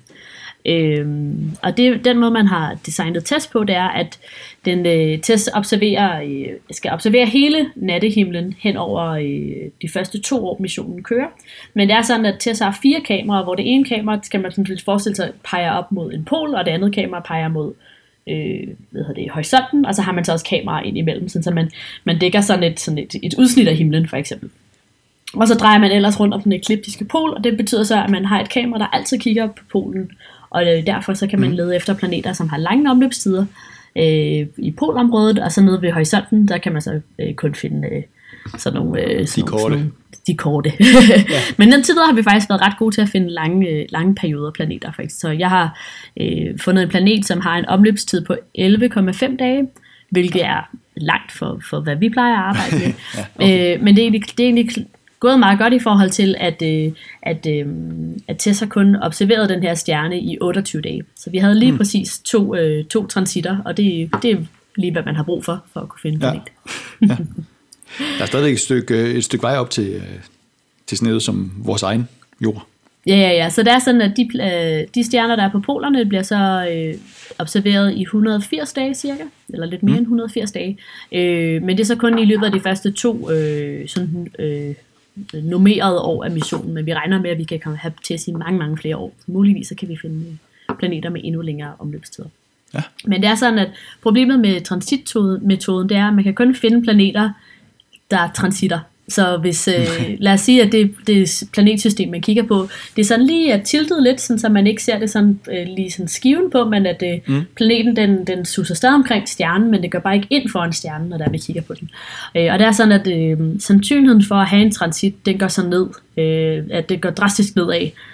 Øhm, og det, den måde, man har designet TESS på, det er, at den øh, TESS observerer, øh, skal observere hele nattehimlen hen over øh, de første to år, missionen kører. Men det er sådan, at TESS har fire kameraer, hvor det ene kamera, skal man sådan lidt forestille sig, peger op mod en pol, og det andet kamera peger mod øh, hvad hedder det, horisonten, og så har man så også kameraer ind imellem, sådan, så man, man dækker sådan et, sådan et, et udsnit af himlen, for eksempel. Og så drejer man ellers rundt om den ekliptiske pol, og det betyder så, at man har et kamera, der altid kigger på polen. Og derfor så kan man lede efter planeter, som har lange omløbstider øh, i polområdet, og så nede ved horisonten, der kan man så øh, kun finde øh, sådan nogle... Øh, sådan de korte. Sådan nogle, de korte. Ja. Men indtil videre har vi faktisk været ret gode til at finde lange, øh, lange perioder planeter. Faktisk. Så jeg har øh, fundet en planet, som har en omløbstid på elleve komma fem dage, hvilket er langt for, for hvad vi plejer at arbejde med. Ja, okay. øh, men det er egentlig... Det er egentlig gået meget godt i forhold til, at, øh, at, øh, at TESS har kun observeret den her stjerne i otteogtyve dage. Så vi havde lige mm. præcis to, øh, to transitter, og det, det er lige, hvad man har brug for, for at kunne finde planet. Ja. Ja. Der er stadig et stykke, et stykke vej op til, til sådan noget som vores egen jord. Ja, ja, ja. Så det er sådan, at de, øh, de stjerner, der er på polerne, bliver så øh, observeret i et hundrede og firs dage cirka, eller lidt mere mm. end et hundrede og firs dage. Øh, men det er så kun i løbet af de første to øh, sådan... Øh, nummerede år af missionen, men vi regner med, at vi kan have TESS i mange, mange flere år. Så muligvis så kan vi finde planeter med endnu længere omløbstider. Ja. Men det er sådan, at problemet med transitmetoden, det er, at man kan kun finde planeter, der transitter. Så hvis, øh, lad os sige, at det, det planetsystem, man kigger på, det er sådan lige tiltet lidt, sådan, så man ikke ser det sådan, øh, lige sådan skiven på, men at øh, mm. planeten, den, den suser stadig omkring stjernen, men det går bare ikke ind foran stjernen, når der vi kigger på den. Øh, og det er sådan, at øh, sandsynligheden for at have en transit, den går så ned, øh, at det går drastisk nedad,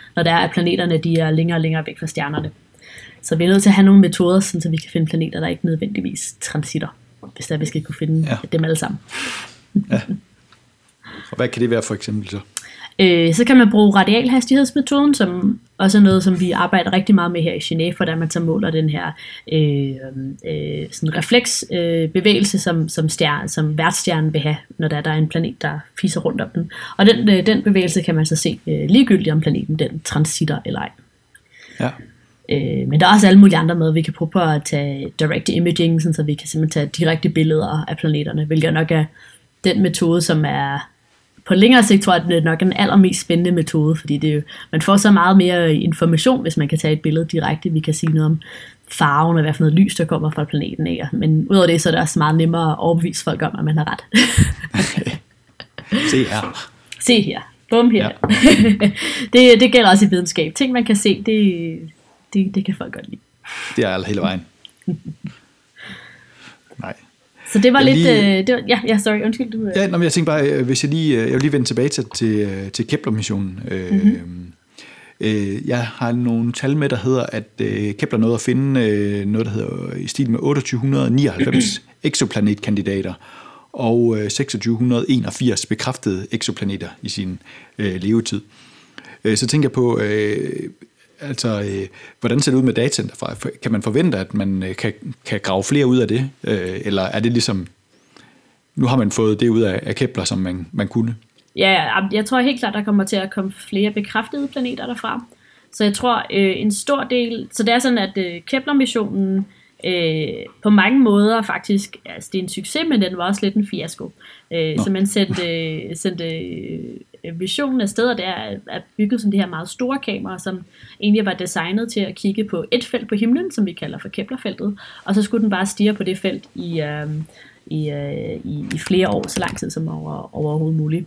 når der er, at planeterne de er længere og længere væk fra stjernerne. Så vi er nødt til at have nogle metoder, så vi kan finde planeter, der ikke nødvendigvis transitter, hvis der vi skal kunne finde ja. dem alle sammen. Ja. Og hvad kan det være for eksempel så? Øh, så kan man bruge radialhastighedsmetoden, som også er noget, som vi arbejder rigtig meget med her i Genève, for der man så måler den her øh, øh, sådan refleksbevægelse, øh, som, som, stjerne, som værtsstjernen vil have, når der, der er en planet, der fiser rundt om den. Og den, øh, den bevægelse kan man så se øh, ligegyldigt, om planeten den transitter eller ej. Ja. Øh, men der er også alle mulige andre måder, vi kan prøve på at tage direct imaging, så vi kan simpelthen tage direkte billeder af planeterne, hvilket nok er den metode, som er på længere sigt, tror jeg, at det nok er den allermest spændende metode, fordi det er jo, man får så meget mere information, hvis man kan tage et billede direkte. Vi kan sige noget om farven, og hvad for noget lys, der kommer fra planeten. Ikke? Men udover det, så er det også meget nemmere at overbevise folk om, at man har ret. Okay. Se her. Se her. Bum her. Ja. det, det gælder også i videnskab. Ting, man kan se, det, det, det kan folk godt lide. Det er hele vejen. Nej. Så det var jeg lidt... Lige, øh, det var, ja, ja, sorry, undskyld. Du, øh. Ja, nå, men jeg tænkte bare, hvis jeg lige... Jeg vil lige vende tilbage til, til, til Kepler-missionen. Mm-hmm. Øh, jeg har nogle tal med, der hedder, at øh, Kepler nåede at finde øh, noget, der hedder i stil med otteogtyve nioghalvfems exoplanetkandidater og øh, seksogtyve enogfirs bekræftede exoplaneter i sin øh, levetid. Øh, så tænker jeg på... Øh, Altså, øh, hvordan ser det ud med dataen derfra? Kan man forvente, at man øh, kan, kan grave flere ud af det? Øh, eller er det ligesom, nu har man fået det ud af, af Kepler, som man, man kunne? Ja, jeg tror helt klart, der kommer til at komme flere bekræftede planeter derfra. Så jeg tror, øh, en stor del... Så det er sådan, at øh, Kepler-missionen øh, på mange måder faktisk... Altså, det er en succes, men den var også lidt en fiasko. Øh, så man sendte... Øh, sendte øh, visionen af steder, der er bygget som de her meget store kameraer, som egentlig var designet til at kigge på et felt på himlen, som vi kalder for Kepler-feltet, og så skulle den bare stirre på det felt i, øh, i, øh, i, i flere år, så lang tid som over, overhovedet muligt.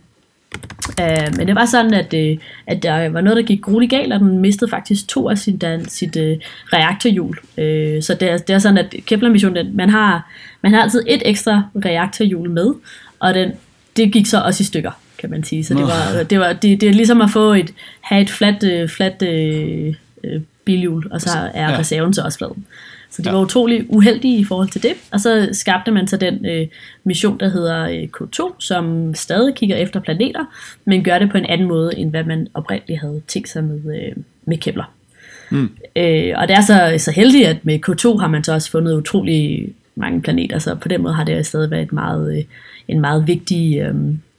Uh, men det var sådan, at, uh, at der var noget, der gik grueligt galt, og den mistede faktisk to af sin, der, sit uh, reaktorhjul. Uh, så det er, det er sådan, at Kepler-missionen, man har, man har altid et ekstra reaktorhjul med, og den, det gik så også i stykker, kan man sige. Så det var, det var det, det er ligesom at få et, have et fladt, uh, flat uh, bilhjul, og så er reserven så også flad. Så de var ja. utrolig uheldige i forhold til det, og så skabte man så den øh, mission, der hedder øh, K to, som stadig kigger efter planeter, men gør det på en anden måde, end hvad man oprindeligt havde tænkt sig med, øh, med Kepler. Mm. Øh, og det er så, så heldigt, at med K to har man så også fundet utrolig mange planeter, så på den måde har det stadig været et meget, øh, en meget vigtig, øh,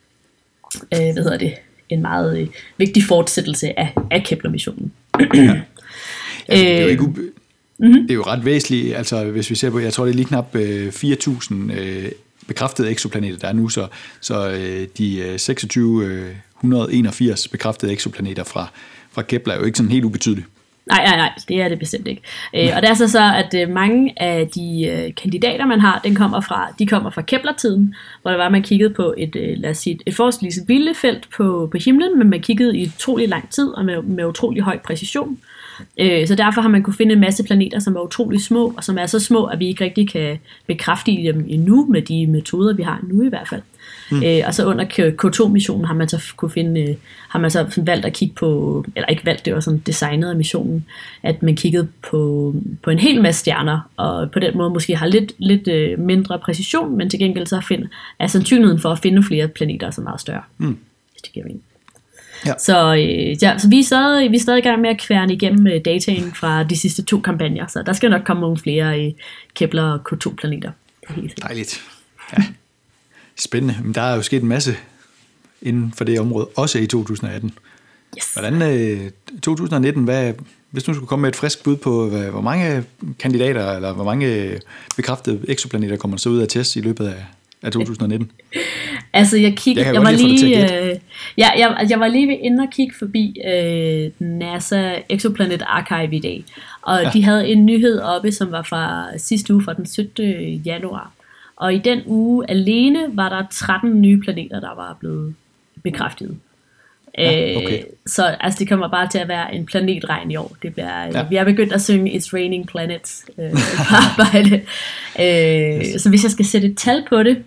øh, hvad hedder det, en meget øh, vigtig fortsættelse af, af Kepler-missionen. Ja. Altså, det er jo ikke ube- Mm-hmm. Det er jo ret væsentligt, altså hvis vi ser på, jeg tror det er lige knap øh, fire tusind øh, bekræftede exoplaneter, der er nu, så, så øh, de øh, seksogtyve enogfirs bekræftede exoplaneter fra, fra Kepler er jo ikke sådan helt ubetydeligt. Nej, nej, nej, det er det bestemt ikke. Øh, og det er så så, at øh, mange af de øh, kandidater, man har, den kommer fra, de kommer fra Kepler-tiden, hvor der var, man kiggede på et, øh, lad os sige, et forholdsvis vildt felt på, på himlen, men man kiggede i utrolig lang tid og med, med utrolig høj præcision. Øh, så derfor har man kunne finde en masse planeter, som er utrolig små, og som er så små, at vi ikke rigtig kan bekræfte dem endnu, med de metoder, vi har nu i hvert fald. Mm. Øh, og så under K to-missionen har man så kunne finde, øh, har man så valgt at kigge på, eller ikke valgt, det var sådan designet af missionen, at man kiggede på, på en hel masse stjerner, og på den måde måske har lidt, lidt øh, mindre præcision, men til gengæld så find, er sandsynligheden for at finde flere planeter så meget større. Mm. Hvis det giver mening. Ja. Så, øh, ja, så vi, er stadig, vi er stadig i gang med at kværne igennem øh, dataen fra de sidste to kampagner, så der skal nok komme nogle flere øh, Kepler og K to-planeter. Dejligt. Ja. Spændende. Men der er jo sket en masse inden for det område, også i to tusind atten. Yes. Hvordan øh, to tusind nitten, hvad, hvis du skulle komme med et frisk bud på, hvad, hvor mange kandidater, eller hvor mange bekræftede exoplaneter kommer så ud af test i løbet af af to tusind nitten? Altså jeg kiggede, jeg, jeg var lige, øh, ja, jeg, jeg var lige ved inde og kigge forbi øh, NASA Exoplanet Archive i dag, og ja. de havde en nyhed oppe, som var fra sidste uge, fra den syttende januar. Og i den uge alene var der tretten nye planeter, der var blevet bekræftet. Ja, okay. øh, så altså, det kommer bare til at være en planetregn i år. Det bliver, ja. Vi har begyndt at synge It's Raining Planets øh, på arbejde. øh, yes. Så hvis jeg skal sætte et tal på det,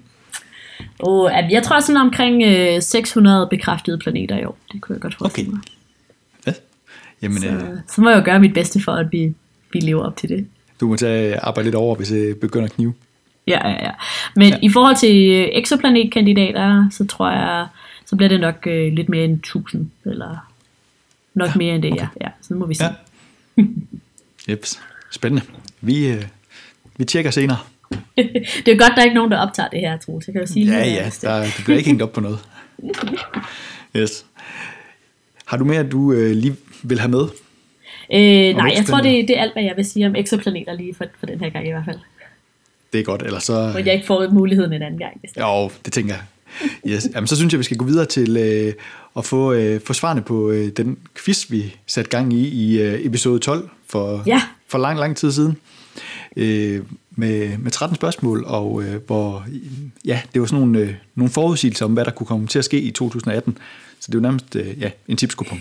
og jeg tror sådan omkring øh, seks hundrede bekræftede planeter i år. Det kunne jeg godt forestille mig. Ja. Jamen, så, øh, så må jeg jo gøre mit bedste for, at vi, vi lever op til det. Du må tage arbejde lidt over, hvis det begynder at knive. Ja, ja, ja. Men ja. I forhold til eksoplanet-kandidater, så tror jeg, så bliver det nok øh, lidt mere end tusind, eller nok ja, mere end det, okay. ja. ja. Så må vi se. Ja. Jeps. Spændende. Vi, øh, vi tjekker senere. Det er godt, der er ikke nogen, der optager det her, Troels. Jeg kan jo sige ja, ja, der, du bliver ikke hængt op på noget. Yes. Har du mere, du øh, lige vil have med? Øh, nej, jeg tror, det, det er alt, hvad jeg vil sige om eksoplaneter lige for, for den her gang i hvert fald. Det er godt, ellers så... Og jeg ikke får muligheden en anden gang. Jo, det tænker jeg. Yes. Jamen, så synes jeg, vi skal gå videre til øh, at få, øh, få svarene på øh, den quiz, vi satte gang i i øh, episode tolv for, ja. for lang, lang tid siden. Øh, med, med tretten spørgsmål, og øh, hvor ja, det var sådan nogle, øh, nogle forudsigelser om, hvad der kunne komme til at ske i to tusind atten. Så det er jo nærmest øh, ja, en tipskupon.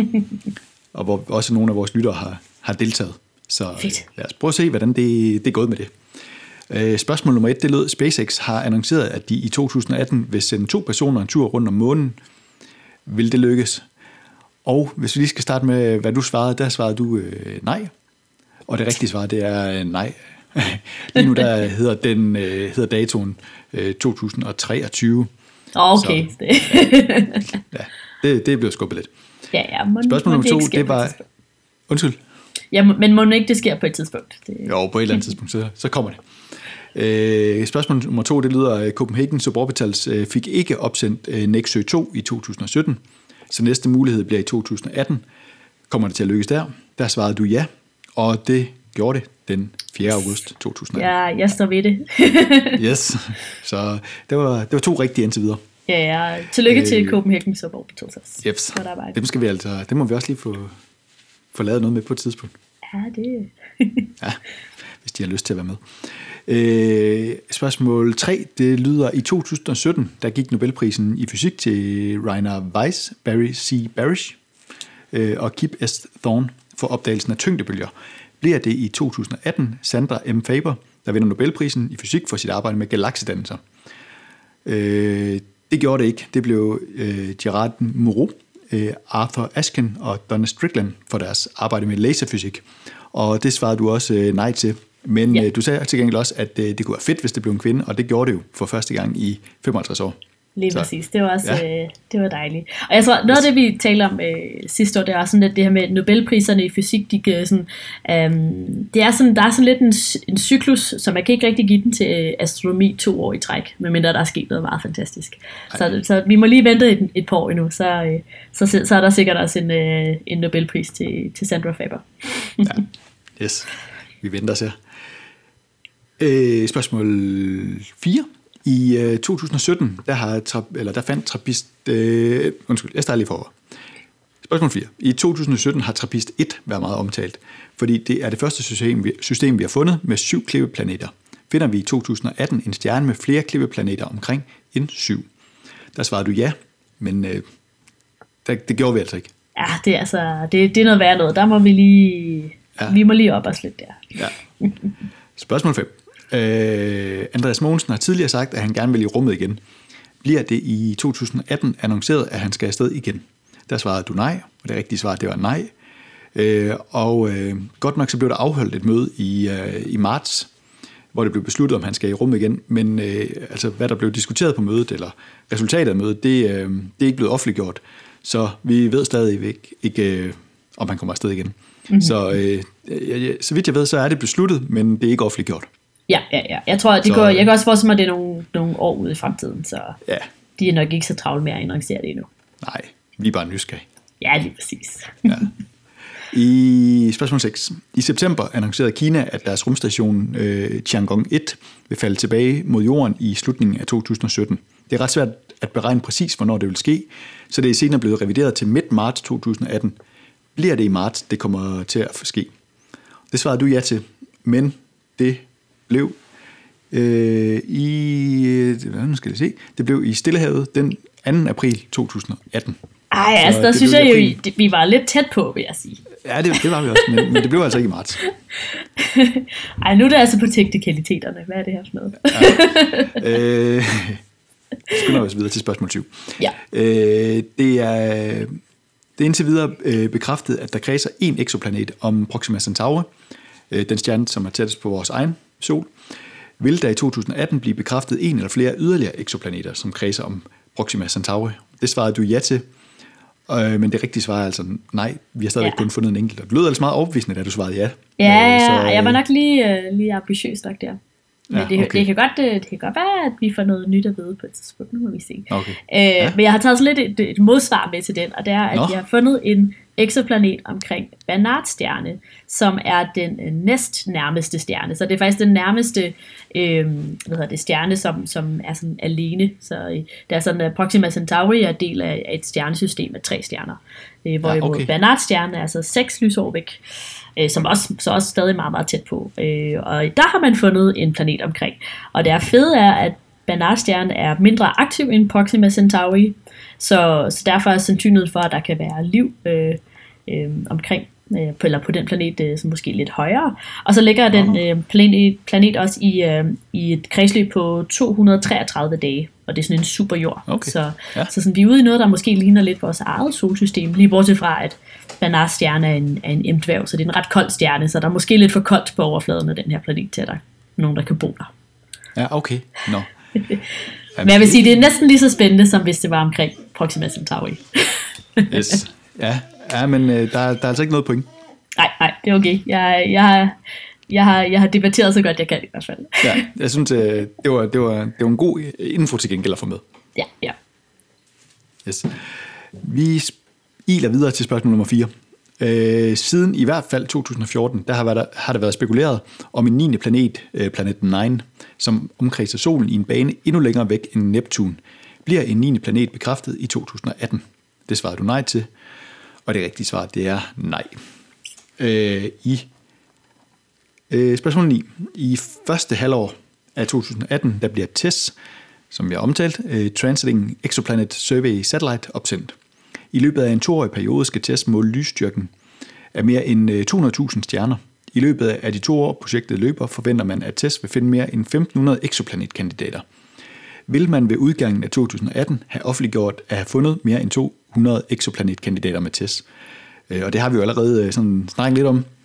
Og hvor også nogle af vores lyttere har, har deltaget. Så øh, lad os prøve at se, hvordan det, det er gået med det. Øh, spørgsmål nummer et, det lød: SpaceX har annonceret, at de i to tusind atten vil sende to personer en tur rundt om månen. Vil det lykkes? Og hvis vi lige skal starte med, hvad du svarede, der svarede du øh, nej. Og det rigtige svar, det er øh, nej. Lige nu der hedder, den, øh, hedder datoen øh, to tusind treogtyve. Okay. Så, ja, det, det blev skubbet lidt. Ja, ja. Må, spørgsmål nummer to, det var... Undskyld. Ja, men må ikke det sker på et tidspunkt? Det... Jo, på et eller andet tidspunkt, så, så kommer det. Øh, spørgsmål nummer to, det lyder: Copenhagen Suborbitals øh, fik ikke opsendt øh, Nexø to i to tusind sytten, så næste mulighed bliver i to tusind atten. Kommer det til at lykkes der? Der svarede du ja, og det gjorde det den fjerde august to tusind atten. Ja, jeg står ved det. Yes, så det var, det var to rigtige indtil videre. Ja, ja. Tillykke øh, til Copenhagen Suborbitals. Jeps, dem skal vi altså, det må vi også lige få, få lavet noget med på et tidspunkt. Ja, det... ja, hvis de har lyst til at være med. Øh, spørgsmål tre, det lyder: i to tusind sytten, der gik Nobelprisen i fysik til Rainer Weiss, Barry C. Barish øh, og Kip S. Thorne for opdagelsen af tyngdebølger. Bliver det i to tusind atten Sandra M. Faber, der vinder Nobelprisen i fysik for sit arbejde med galaksedannelser? Øh, det gjorde det ikke. Det blev øh, Gerard Moreau, øh, Arthur Ashken og Donna Strickland for deres arbejde med laserfysik. Og det svarede du også øh, nej til. Men ja. øh, du sagde til gengæld også, at øh, det kunne være fedt, hvis det blev en kvinde, og det gjorde det jo for første gang i femoghalvtreds år. Lige så. Præcis, det var også ja. øh, det var dejligt. Og jeg tror, noget af det, vi talte om øh, sidste år, det var sådan, at det her med Nobelpriserne i fysik, de kan sådan, øhm, det er sådan, der er sådan lidt en, en cyklus, så man kan ikke rigtig give den til øh, astronomi to år i træk, medmindre der er sket noget meget fantastisk. Så, så vi må lige vente et, et par år endnu, så, øh, så, så er der sikkert også en, øh, en Nobelpris til, til Sandra Faber. Ja, yes. Vi venter os her. Øh, spørgsmål fire. I øh, to tusind sytten, der, har tra- eller der fandt trappist... Øh, undskyld, jeg starter lige forover. Spørgsmål fire. I to tusind sytten har trappist et været meget omtalt, fordi det er det første system, vi, system, vi har fundet med syv klippeplaneter. Finder vi i to tusind atten en stjerne med flere klippeplaneter omkring end syv? Der svarede du ja, men øh, det, det gjorde vi altså ikke. Ja, det er, altså, det, det er noget værd noget. Der må vi lige... Ja. Vi må lige op os lidt der. Ja. Spørgsmål fem. Uh, Andreas Mogensen har tidligere sagt, at han gerne vil i rummet igen. Bliver det i to tusind atten annonceret, at han skal afsted igen? Der svarede du nej, og det rigtige svar, det var nej. Uh, og uh, godt nok så blev der afholdt et møde i, uh, i marts, hvor det blev besluttet, om han skal i rummet igen. Men uh, altså, hvad der blev diskuteret på mødet, eller resultatet af mødet, det, uh, det er ikke blevet offentliggjort. Så vi ved stadigvæk ikke, uh, om han kommer afsted igen. Mm-hmm. Så, uh, så vidt jeg ved, så er det besluttet, men det er ikke offentliggjort. Ja, ja, ja. Jeg tror, det så, går, jeg kan også forestille mig, at det er nogle, nogle år ude i fremtiden, så ja. De er nok ikke så travlt med at annoncere det endnu. Nej, vi er bare nysgerrige. Ja, lige præcis. Ja. I spørgsmål seks. I september annoncerede Kina, at deres rumstation øh, Tiangong et vil falde tilbage mod jorden i slutningen af to tusind sytten. Det er ret svært at beregne præcis, hvornår det vil ske, så det er senere blevet revideret til midt marts to tusind atten. Bliver det i marts, det kommer til at ske? Det svarede du ja til, men det blev øh, i hvad skal jeg se? Det blev i Stillehavet den anden april to tusind atten. Ej, altså der synes jeg jo, det, vi var lidt tæt på, vil jeg sige. Ja, det, det var vi også, men, men det blev altså ikke i marts. Ej, nu er det altså på teknikaliteterne. Hvad er det her for noget? ja. øh, skynder os videre til spørgsmål syv. Ja. Øh, det er... Det er indtil videre øh, bekræftet, at der kredser en eksoplanet om Proxima Centauri, øh, den stjerne, som er tættest på vores egen sol. Vil der i to tusind atten blive bekræftet en eller flere yderligere eksoplaneter, som kredser om Proxima Centauri? Det svarede du ja til, øh, men det rigtige svar er altså nej. Vi har stadigvæk ja. kun fundet en enkelt. Det lød altså meget overbevisende, da du svarede ja. Ja, øh, så, øh, jeg var nok lige, øh, lige ambitiøs nok der. Men ja, det, okay. det, kan godt, det kan godt være, at vi får noget nyt at vide på et tidspunkt. Nu må vi se. Okay. Øh, ja. Men jeg har taget så lidt et, et modsvar med til den, og det er, at Nå. jeg har fundet en eksoplanet omkring Barnard-stjerne, som er den næst nærmeste stjerne. Så det er faktisk den nærmeste øh, hvad hedder det, stjerne, som, som er sådan alene. Så øh, det er sådan, at Proxima Centauri er del af et stjernesystem af tre stjerner. Øh, hvorimod ja, okay. Barnard-stjernen er altså seks lysår væk. Som også, så også stadig meget, meget tæt på. Øh, og der har man fundet en planet omkring. Og det er fede er, at Barnard-stjernen er mindre aktiv end Proxima Centauri, så, så derfor er sandsynligheden for, at der kan være liv øh, øh, omkring, øh, på, eller på den planet, øh, som måske lidt højere. Og så ligger den øh, planet, planet også i, øh, i et kredsløb på to hundrede treogtredive dage, og det er sådan en superjord. Okay. Så, ja. så sådan, vi er ude i noget, der måske ligner lidt vores eget solsystem, lige bortset fra, at Barnards stjerne er en, er en M-dværg, så det er en ret kold stjerne, så der er måske lidt for koldt på overfladen af den her planet til, at der er nogen, der kan bo der. Ja, okay. No. Men jeg vil sige, det er næsten lige så spændende, som hvis det var omkring Proxima Centauri. Yes. Ja, ja, men øh, der, der er altså ikke noget point. Nej, nej, det er okay. Jeg, jeg, har, jeg, har, jeg har debatteret så godt, jeg kan i hvert fald. Ja, jeg synes, øh, det, var, det, var, det var en god info til gengæld at få med. Ja, ja. Yes. Vi iler videre til spørgsmål nummer fire. Øh, siden i hvert fald to tusind og fjorten, der har, været, har der været spekuleret om en niende planet, øh, planet ni, som omkredser solen i en bane endnu længere væk end Neptun. Bliver en niende planet bekræftet i to tusind og atten? Det svarede du nej til, og det rigtige svar, det er nej. Øh, I øh, spørgsmål ni. I første halvår af to tusind og atten, der bliver TESS, som vi har omtalt, øh, Transiting Exoplanet Survey Satellite opsendt. I løbet af en toårig periode skal TESS måle lysstyrken af mere end to hundrede tusind stjerner. I løbet af de to år projektet løber, forventer man, at TESS vil finde mere end femten hundrede exoplanetkandidater. Vil man ved udgangen af to tusind og atten have offentliggjort at have fundet mere end to hundrede exoplanetkandidater med TESS? Og det har vi jo allerede sådan snakket lidt om.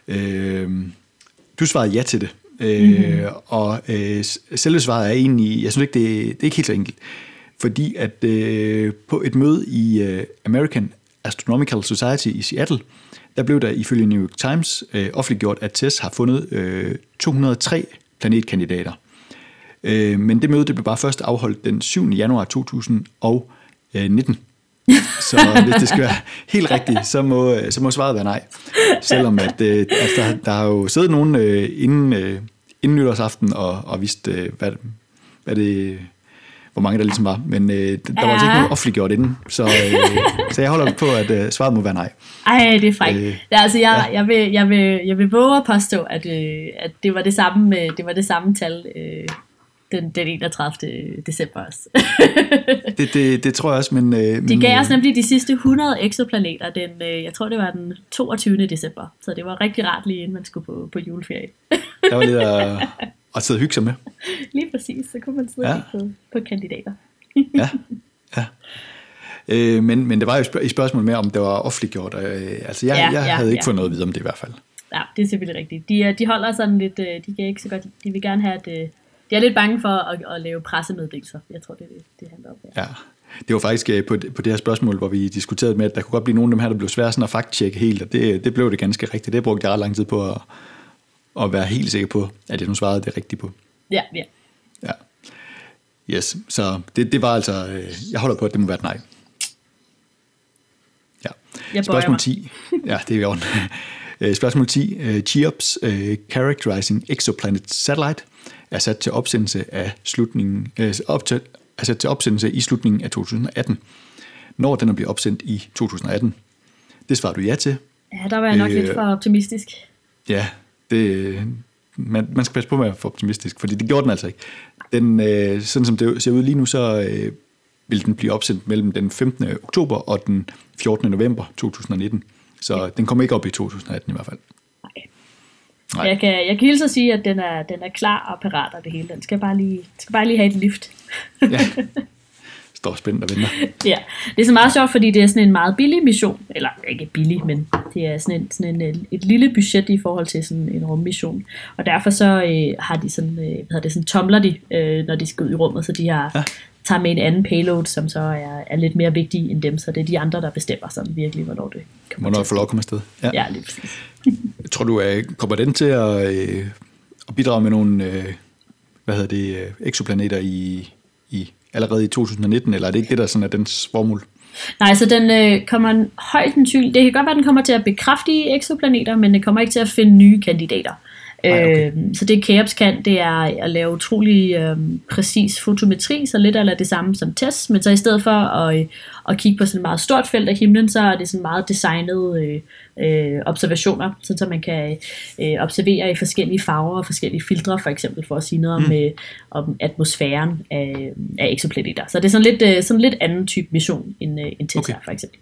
Du svarede ja til det. Mm-hmm. Og selve svaret er egentlig, jeg synes ikke, det, det er ikke helt så enkelt. Fordi at øh, på et møde i øh, American Astronomical Society i Seattle, der blev der ifølge New York Times øh, offentliggjort, at TESS har fundet øh, to hundrede og tre planetkandidater. Øh, men det møde det blev bare først afholdt den syvende januar to tusind og nitten. Så hvis det skal være helt rigtigt, så må, så må svaret være nej. Selvom at, øh, at der, der har jo siddet nogen øh, inden, øh, inden nytårsaften og, og vidst, øh, hvad, hvad det hvor mange der ligesom var, men øh, der ja. var altså ikke noget offentliggjort inden, så, øh, så jeg holder på, at øh, svaret må være nej. Ej, det er frækt. Øh, ja, altså, jeg, ja. jeg, vil, jeg, vil, jeg vil våge at påstå, at, øh, at det, var det, samme, det var det samme tal øh, den, den enogtredivte december også. det, det, det tror jeg også, men... Øh, de gav os nemlig de sidste hundrede eksoplaneter, den, øh, jeg tror det var den toogtyvende december, så det var rigtig rart lige inden man skulle på, på juleferie. Der var lidt at, at sidde og hygge sig med. Lige præcis, så kunne man sidde ja. på, på kandidater. ja, ja. Øh, men, men det var jo spørg- i spørgsmål med, om det var offentliggjort. Øh, altså jeg, ja, jeg ja, havde ikke ja. fået noget at vide om det i hvert fald. Ja, det er selvfølgelig rigtigt. De, de holder sådan lidt, de kan ikke så godt, de vil gerne have, at de er lidt bange for at, at lave pressemeddelelser. Jeg tror, det er det, det handler om. Ja. ja, det var faktisk på, på det her spørgsmål, hvor vi diskuterede med, at der kunne godt blive nogle af dem her, der blev svære sådan at fact-tjekke helt, og det, det blev det ganske rigtigt. Det brugte jeg ret lang tid på at, at være helt sikker på, at jeg nu svarede det rigtigt på. Ja, ja. Ja. Yes, så det, det var altså, øh, jeg holder på, at det må være et nej. Ja. Spørgsmål ti. Ja, det er i orden. Spørgsmål ti. Uh, CHEOPS uh, Characterizing Exoplanet Satellite er sat til opsendelse af slutningen, uh, op til, er sat til opsendelse i slutningen af to tusind og atten. Når den er blevet opsendt i to tusind og atten. Det svarer du ja til. Ja, der var jeg nok uh, lidt for optimistisk. Ja, det, man, man skal passe på med at være for optimistisk, fordi det gjorde den altså ikke. Den, uh, sådan som det ser ud lige nu, så uh, vil den blive opsendt mellem den femtende oktober og den fjortende november to tusind og nitten. Så ja. Den kommer ikke op i to tusind og atten i hvert fald. Nej. Nej. Jeg kan, jeg kan hilse at sige, at den er, den er klar og parat og det hele. Den skal bare lige, skal bare lige have et lift. Ja. står spændt og venter. Ja, det er så meget sjovt, fordi det er sådan en meget billig mission, eller ikke billig, men det er sådan, en, sådan en, et lille budget i forhold til sådan en rummission, og derfor så øh, har de sådan, øh, hvad hedder det, sådan tomler de, øh, når de skal ud i rummet, så de har, ja. tager med en anden payload, som så er, er lidt mere vigtig end dem, så det er de andre, der bestemmer sådan virkelig, hvornår det kommer Hvornår får lov at komme afsted. Ja, ja lige præcis. Tror du, at kommer den til at, øh, at bidrage med nogle øh, hvad hedder det, øh, eksoplaneter i, i allerede i to tusind nitten, eller er det ikke det, der sådan er dens formål? Nej, så den øh, kommer højt sandsynligt. Det kan godt være, at den kommer til at bekræftige eksoplaneter, men den kommer ikke til at finde nye kandidater. Ej, okay. øh, så det Keops kan, det er at lave utrolig øh, præcis fotometri, så lidt eller det samme som TESS, men så i stedet for at, øh, at kigge på sådan et meget stort felt af himlen, så er det sådan meget designede øh, øh, observationer, så man kan øh, observere i forskellige farver og forskellige filtre, for eksempel for at sige noget om, mm. øh, om atmosfæren af, af eksoplaneter. Så det er sådan lidt, øh, sådan lidt anden type mission end, øh, end TESS okay. for eksempel.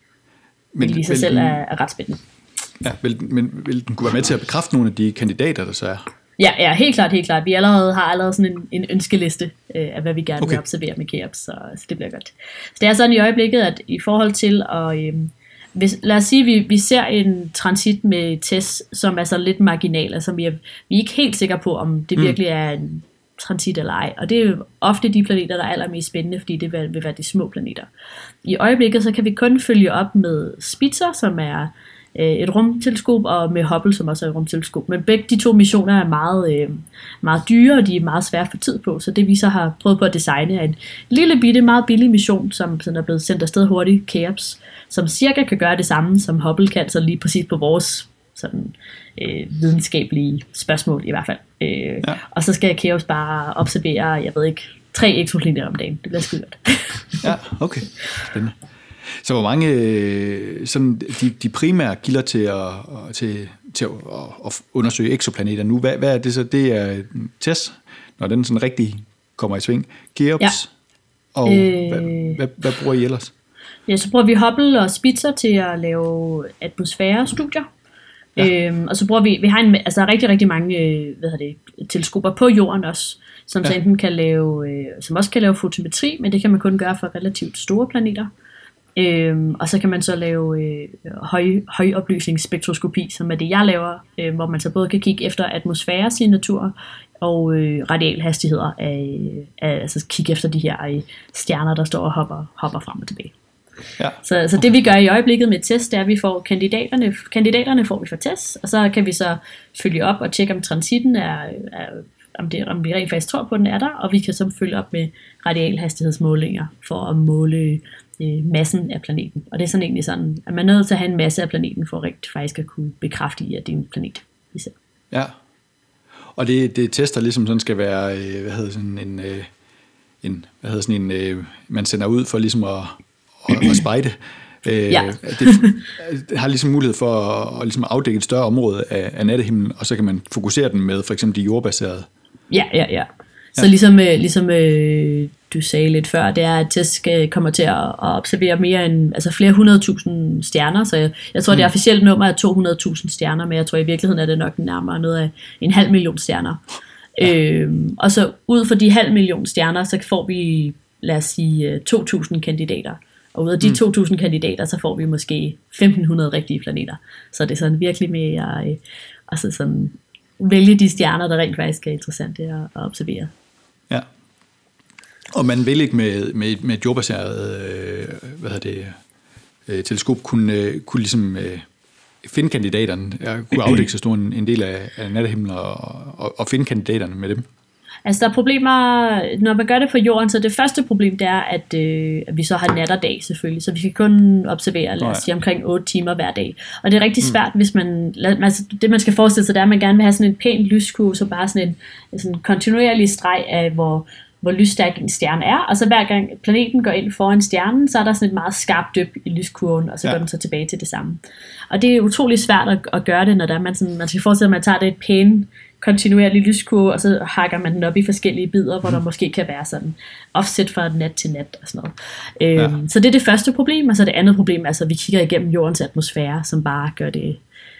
Men det i sig selv er, er ret spændende. Ja, vil, men vil den kunne være med til at bekræfte nogle af de kandidater, der så er? Ja, ja, helt klart, helt klart. Vi allerede har allerede sådan en, en ønskeliste øh, af, hvad vi gerne okay. vil observere med Keops, så, så det bliver godt. Så det er sådan i øjeblikket, at i forhold til at, øh, hvis, lad os sige, at vi, vi ser en transit med TESS, som er så lidt marginal, altså vi er, vi er ikke helt sikre på, om det virkelig mm. er en transit eller ej, og det er jo ofte de planeter, der er allermest spændende, fordi det vil, vil være de små planeter. I øjeblikket, så kan vi kun følge op med Spitzer, som er et rumteleskop, og med Hubble, som også er et rumteleskop. Men begge de to missioner er meget, øh, meget dyre, og de er meget svære at få tid på, så det vi så har prøvet på at designe er en lille bitte, meget billig mission, som sådan er blevet sendt afsted hurtigt, Keops, som cirka kan gøre det samme, som Hubble kan, så lige præcis på vores sådan, øh, videnskabelige spørgsmål i hvert fald. Øh, ja. Og så skal Keops bare observere, jeg ved ikke, tre eksoplaneter om dagen. Det bliver sgu godt. Ja, okay. Spændende. Så hvor mange sådan de, de primære kilder til at, til, til at, at undersøge eksoplaneter nu, hvad, hvad er det så? Det er TESS, når den sådan rigtig kommer i sving. Keops, ja. og øh, hvad, hvad, hvad bruger I ellers? Ja, så bruger vi Hubble og Spitzer til at lave atmosfærestudier. Ja. Øhm, og så bruger vi, vi har en, altså rigtig, rigtig mange hvad hedder det, teleskoper på jorden også, som, ja. så enten kan lave, øh, som også kan lave fotometri, men det kan man kun gøre for relativt store planeter. Øhm, og så kan man så lave øh, høj, højopløsningsspektroskopi, som er det jeg laver, øh, hvor man så både kan kigge efter atmosfæresignaturer og øh, radialhastigheder af, af, altså kigge efter de her øh, stjerner, der står og hopper, hopper frem og tilbage. Ja. Så, så det vi gør i øjeblikket med TESS, det er at vi får kandidaterne, kandidaterne får vi fra TESS, og så kan vi så følge op og tjekke om transitten er, er om, det, om vi rent faktisk tror på den er der, og vi kan så følge op med radialhastighedsmålinger for at måle massen af planeten. Og det er sådan egentlig sådan, at man er nødt til at have en masse af planeten, for rigt faktisk at kunne bekræfte i, at det er en planet. Ligesom. Ja. Og det, det tester ligesom sådan skal være, hvad hedder sådan en, en hvad hedder sådan en, man sender ud for ligesom at, at, at spejde. Ja. Det, det har ligesom mulighed for at, at ligesom afdække et større område af, af nattehimlen, og så kan man fokusere den med for eksempel de jordbaserede. Ja, ja, ja. Så ja. ligesom, ligesom øh, du sagde lidt før, det er, at TESS kommer til at, at observere mere end, altså flere hundrede tusind stjerner, så jeg, jeg tror, mm. det officielle nummer er to hundrede tusind stjerner, men jeg tror i virkeligheden er det nok nærmere noget af en halv million stjerner. Ja. Øhm, og så ud fra de halv million stjerner, så får vi, lad os sige, to tusind kandidater. Og ud af de mm. to tusind kandidater, så får vi måske femten hundrede rigtige planeter. Så det er sådan virkelig med at, altså sådan, vælge de stjerner, der rent faktisk er interessante at, at observere. Ja. Og man vil ikke med, med, med et jordbaseret øh, hvad hedder det, øh, teleskop kunne, øh, kunne ligesom øh, finde kandidaterne, kunne afdække så stor en, en del af, af nattehimlen og, og, og finde kandidaterne med dem. Altså der er problemer, når man gør det på jorden, så det første problem det er, at, øh, at vi så har nat og dag selvfølgelig, så vi kan kun observere, lad os sige, omkring otte timer hver dag. Og det er rigtig svært, mm. hvis man, altså det man skal forestille sig, det er, at man gerne vil have sådan en pæn lyskurve, så bare sådan en sådan kontinuerlig streg af, hvor, hvor lysstærk en stjerne er, og så hver gang planeten går ind foran stjernen, så er der sådan et meget skarpt dyb i lyskurven, og så ja. går den så tilbage til det samme. Og det er utrolig svært at, at gøre det, når der er man, sådan, man skal forestille sig, at man tager det et pænt kontinuerlig lyskurve, og så hakker man den op i forskellige bidder, hvor der måske kan være sådan offset fra nat til nat og sådan noget. Øhm, ja. Så det er det første problem, og så det andet problem, altså vi kigger igennem jordens atmosfære, som bare gør det,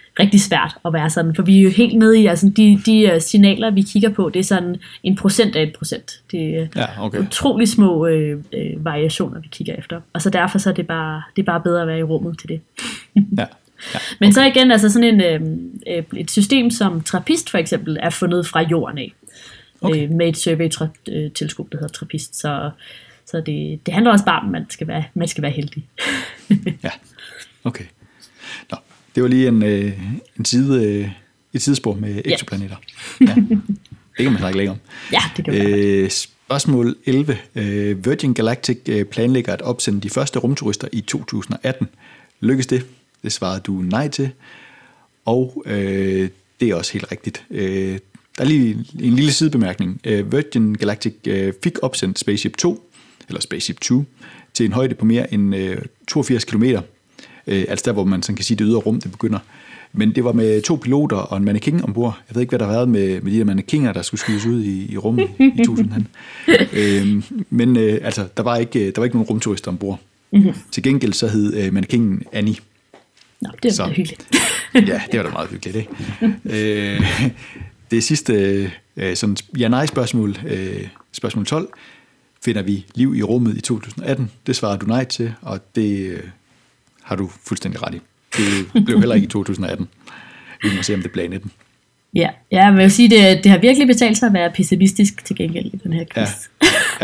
rigtig svært at være sådan, for vi er jo helt nede i, altså de, de signaler, vi kigger på, det er sådan en procent af et procent. Det er ja, okay. utrolig små øh, øh, variationer, vi kigger efter. Og så derfor så er det bare, det er bare bedre at være i rummet til det. ja. Ja, okay. Men så igen, altså sådan en, øh, et system som TRAPPIST for eksempel, er fundet fra jorden af. Okay. Øh, med et survey-teleskop, der hedder TRAPPIST. Så, så det, det handler også bare om, at man skal være, man skal være heldig. ja, okay. Nå, det var lige en, øh, en side, øh, et sidespor med eksoplaneter. Ja. Ja. Det kan man snakke længere om. Ja, det kan man. Øh, spørgsmål elleve. Øh, Virgin Galactic øh, planlægger at opsende de første rumturister i to tusind og atten. Lykkes det? Det svarede du nej til. Og øh, det er også helt rigtigt. Øh, der er lige en lille sidebemærkning. Øh, Virgin Galactic øh, fik opsendt Spaceship to, eller Spaceship to, til en højde på mere end øh, toogfirs kilometer. Øh, altså der, hvor man sådan kan sige, det ydre rum, det begynder. Men det var med to piloter og en mannequin ombord. Jeg ved ikke, hvad der har været med, med de der mannequiner, der skulle skydes ud i, i rummet i tusind. øh, men øh, altså, der var, ikke, der var ikke nogen rumturister ombord. Mm-hmm. Til gengæld så hed øh, mannequinen Annie. Nå, det var hyggeligt. Ja, det var da meget hyggeligt, ikke? øh, det sidste øh, sådan ja-nej-spørgsmål, øh, spørgsmål tolv, finder vi liv i rummet i to tusind og atten? Det svarer du nej til, og det øh, har du fuldstændig ret i. Det blev heller ikke i to tusind og atten. Vi må se, om det bliver i nitten. Ja, jeg vil sige, det, det har virkelig betalt sig at være pessimistisk til gengæld i den her quiz. Ja, ja.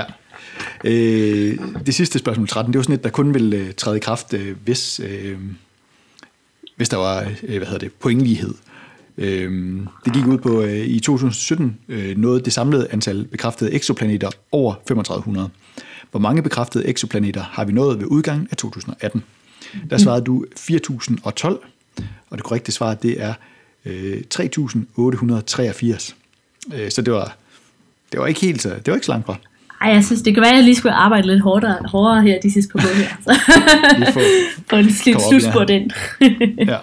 Øh, det sidste spørgsmål tretten, det var sådan et, der kun ville træde i kraft, øh, hvis, øh, hvis der var øh, hvad hedder det, pointlighed. Øh, det gik ud på, øh, i to tusind og sytten øh, nåede det samlede antal bekræftede eksoplaneter over femogtredive hundrede. Hvor mange bekræftede eksoplaneter har vi nået ved udgangen af to tusind og atten? Der svarede du fire tusind og tolv, og det korrekte svar, det er øh, tre tusind otte hundrede og treogfirs. Øh, så det var, det var ikke helt så, det var ikke så langt fra. Ej, jeg synes, det kan være, at jeg lige skulle arbejde lidt hårdere, hårdere her de sidste par måneder. her. Få en slidt slutspurt ind. Ja.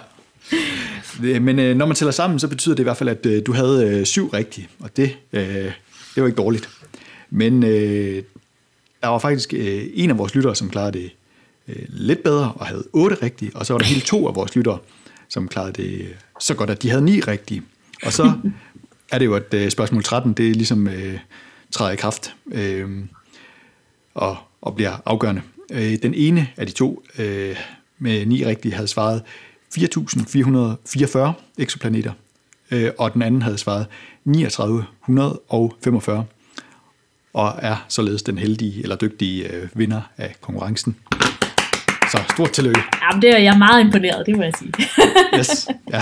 Men øh, når man tæller sammen, så betyder det i hvert fald, at øh, du havde øh, syv rigtige, og det, øh, det var ikke dårligt. Men øh, der var faktisk øh, en af vores lyttere, som klarede det øh, lidt bedre, og havde otte rigtige, og så var der hele to af vores lyttere, som klarede det så godt, at de havde ni rigtige. Og så er det jo, at øh, spørgsmål tretten, det er ligesom øh, træder i kraft øh, og, og bliver afgørende. Øh, den ene af de to øh, med ni rigtige havde svaret fire tusind fire hundrede og fireogfyrre eksoplaneter, øh, og den anden havde svaret ni tusind tre hundrede og femogfyrre, og er således den heldige eller dygtige øh, vinder af konkurrencen. Så stort tillykke. Jamen, det er jeg meget imponeret, det må jeg sige. Yes, ja.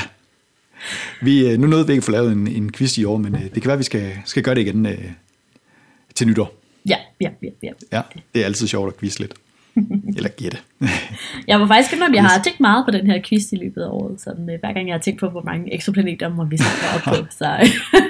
Vi, øh, nu nåede vi ikke at få lavet en, en quiz i år, men øh, det kan være, at vi skal, skal gøre det igen øh, til nytår. Ja, ja, ja, ja. Ja, det er altid sjovt at quizze lidt. Eller gætte. Jeg var faktisk indrømme, jeg har tænkt meget på den her quiz i løbet af året, sådan, øh, hver gang jeg har tænkt på, hvor mange eksoplaneter må vi snakke op på. Så.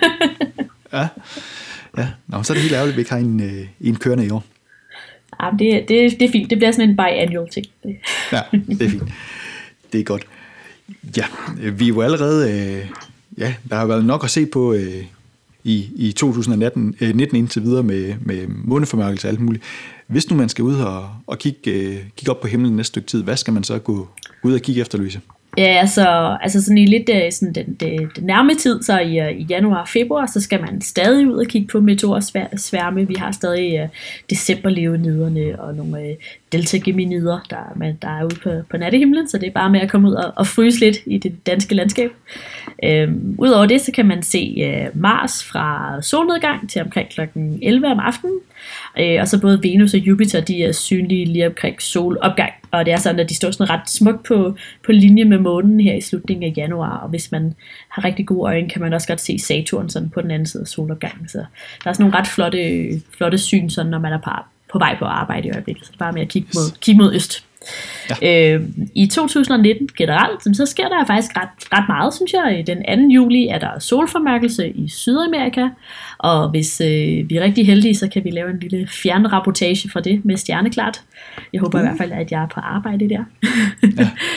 Ja, ja. Nå, så er det helt ærgerligt, at vi ikke har en, øh, en kørende i år. Ja, det, det, det er fint. Det bliver sådan en biannual ting. Ja, det er fint. Det er godt. Ja, vi er jo allerede... Øh, ja, der har været nok at se på øh, i, i to tusind og nitten indtil videre med, med måneformørkelse og alt muligt. Hvis nu man skal ud og, og kigge, øh, kigge op på himlen næste stykke tid, hvad skal man så gå, gå ud og kigge efter, Louise? Ja, altså, altså sådan i lidt sådan den, den, den nærme tid, så i, i januar og februar, så skal man stadig ud og kigge på meteorsværme. Vi har stadig uh, decemberleveniderne og nogle uh, delta-geminider, der, man, der er ude på, på nattehimlen, så det er bare med at komme ud og, og fryse lidt i det danske landskab. Øhm, Udover det, så kan man se uh, Mars fra solnedgang til omkring klokken elleve om aftenen, uh, og så både Venus og Jupiter, de er synlige lige omkring solopgang. Og det er sådan, at de står sådan ret smukt på, på linje med månen her i slutningen af januar. Og hvis man har rigtig gode øjne, kan man også godt se Saturn sådan på den anden side af solopgangen. Så der er sådan nogle ret flotte, flotte syn, sådan, når man er på, på vej på arbejde i øjeblikket. Så bare med at kigge mod, kigge mod øst. Ja. Øh, I to tusind og nitten generelt, så sker der faktisk ret, ret meget, synes jeg. Den anden juli er der solformørkelse i Sydamerika, og hvis øh, vi er rigtig heldige, så kan vi lave en lille fjernrapportage fra det med stjerneklart. Jeg håber uh. i hvert fald, at jeg er på arbejde der. Ja.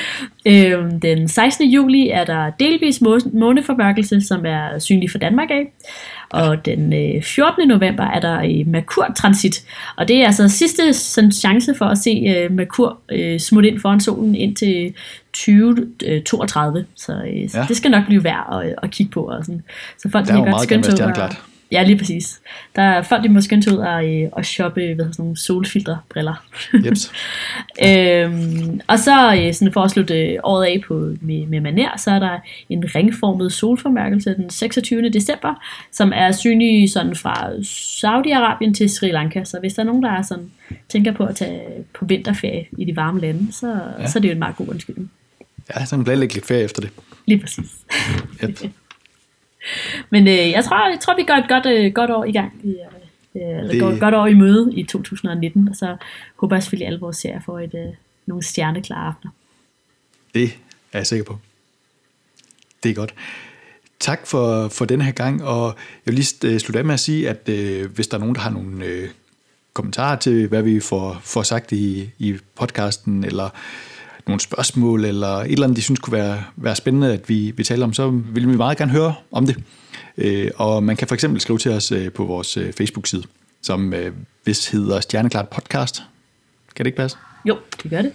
Øhm, den sekstende juli er der delvis må- måneformørkelse, som er synlig for Danmark af. Og den øh, fjortende november er der øh, Merkur-transit. Og det er altså sidste sådan, chance for at se øh, Merkur øh, smutte ind foran solen indtil tyve toogtredive. Så, øh, så Ja. det skal nok blive værd at, at kigge på. Og sådan. Så folk Der er jo kan godt meget skynde gerne sig være ud og- stjerneklart. Ja, lige præcis. Der er folk, de må skynde sig ud og, øh, og shoppe hvad hedder sådan nogle solfilterbriller. Jeps. Øhm, og så øh, sådan for at slutte året af på, med, med maner, så er der en ringformet solformørkelse den seksogtyvende december, som er synlig sådan fra Saudi-Arabien til Sri Lanka. Så hvis der er nogen, der er sådan, tænker på at tage på vinterferie i de varme lande, så, ja. så er det jo en meget god undskyldning. Ja, så kan man lægge lidt ferie efter det. Lige præcis. Yep. Men øh, jeg, tror, jeg tror, vi går et godt, øh, godt år i gang. I, øh, eller Det- går et godt år i møde i to tusind nitten. Og så håber jeg selvfølgelig, at alle vores serier får et, øh, nogle stjerneklare aftener. Det er jeg sikker på. Det er godt. Tak for, for denne her gang, og jeg vil lige øh, slutte af med at sige, at øh, hvis der er nogen, der har nogle øh, kommentarer til, hvad vi får, får sagt i, i podcasten, eller nogle spørgsmål, eller et eller andet, de synes kunne være, være spændende, at vi, vi taler om, så vil vi meget gerne høre om det. Øh, og man kan for eksempel skrive til os øh, på vores øh, Facebook-side, som øh, hvis hedder Stjerneklart Podcast. Kan det ikke passe? Jo, det gør det.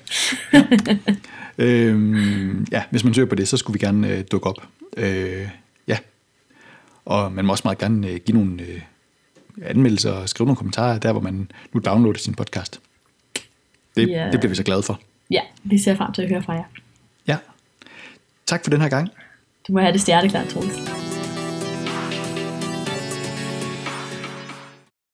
Øhm, ja, hvis man søger på det, så skulle vi gerne øh, dukke op. Øh, ja. Og man må også meget gerne øh, give nogle øh, anmeldelser og skrive nogle kommentarer, der hvor man nu downloader sin podcast. Det, Ja. det bliver vi så glade for. Ja, vi ser frem til at høre fra jer. Ja. Tak for den her gang. Du må have det stjerneklart, Troels.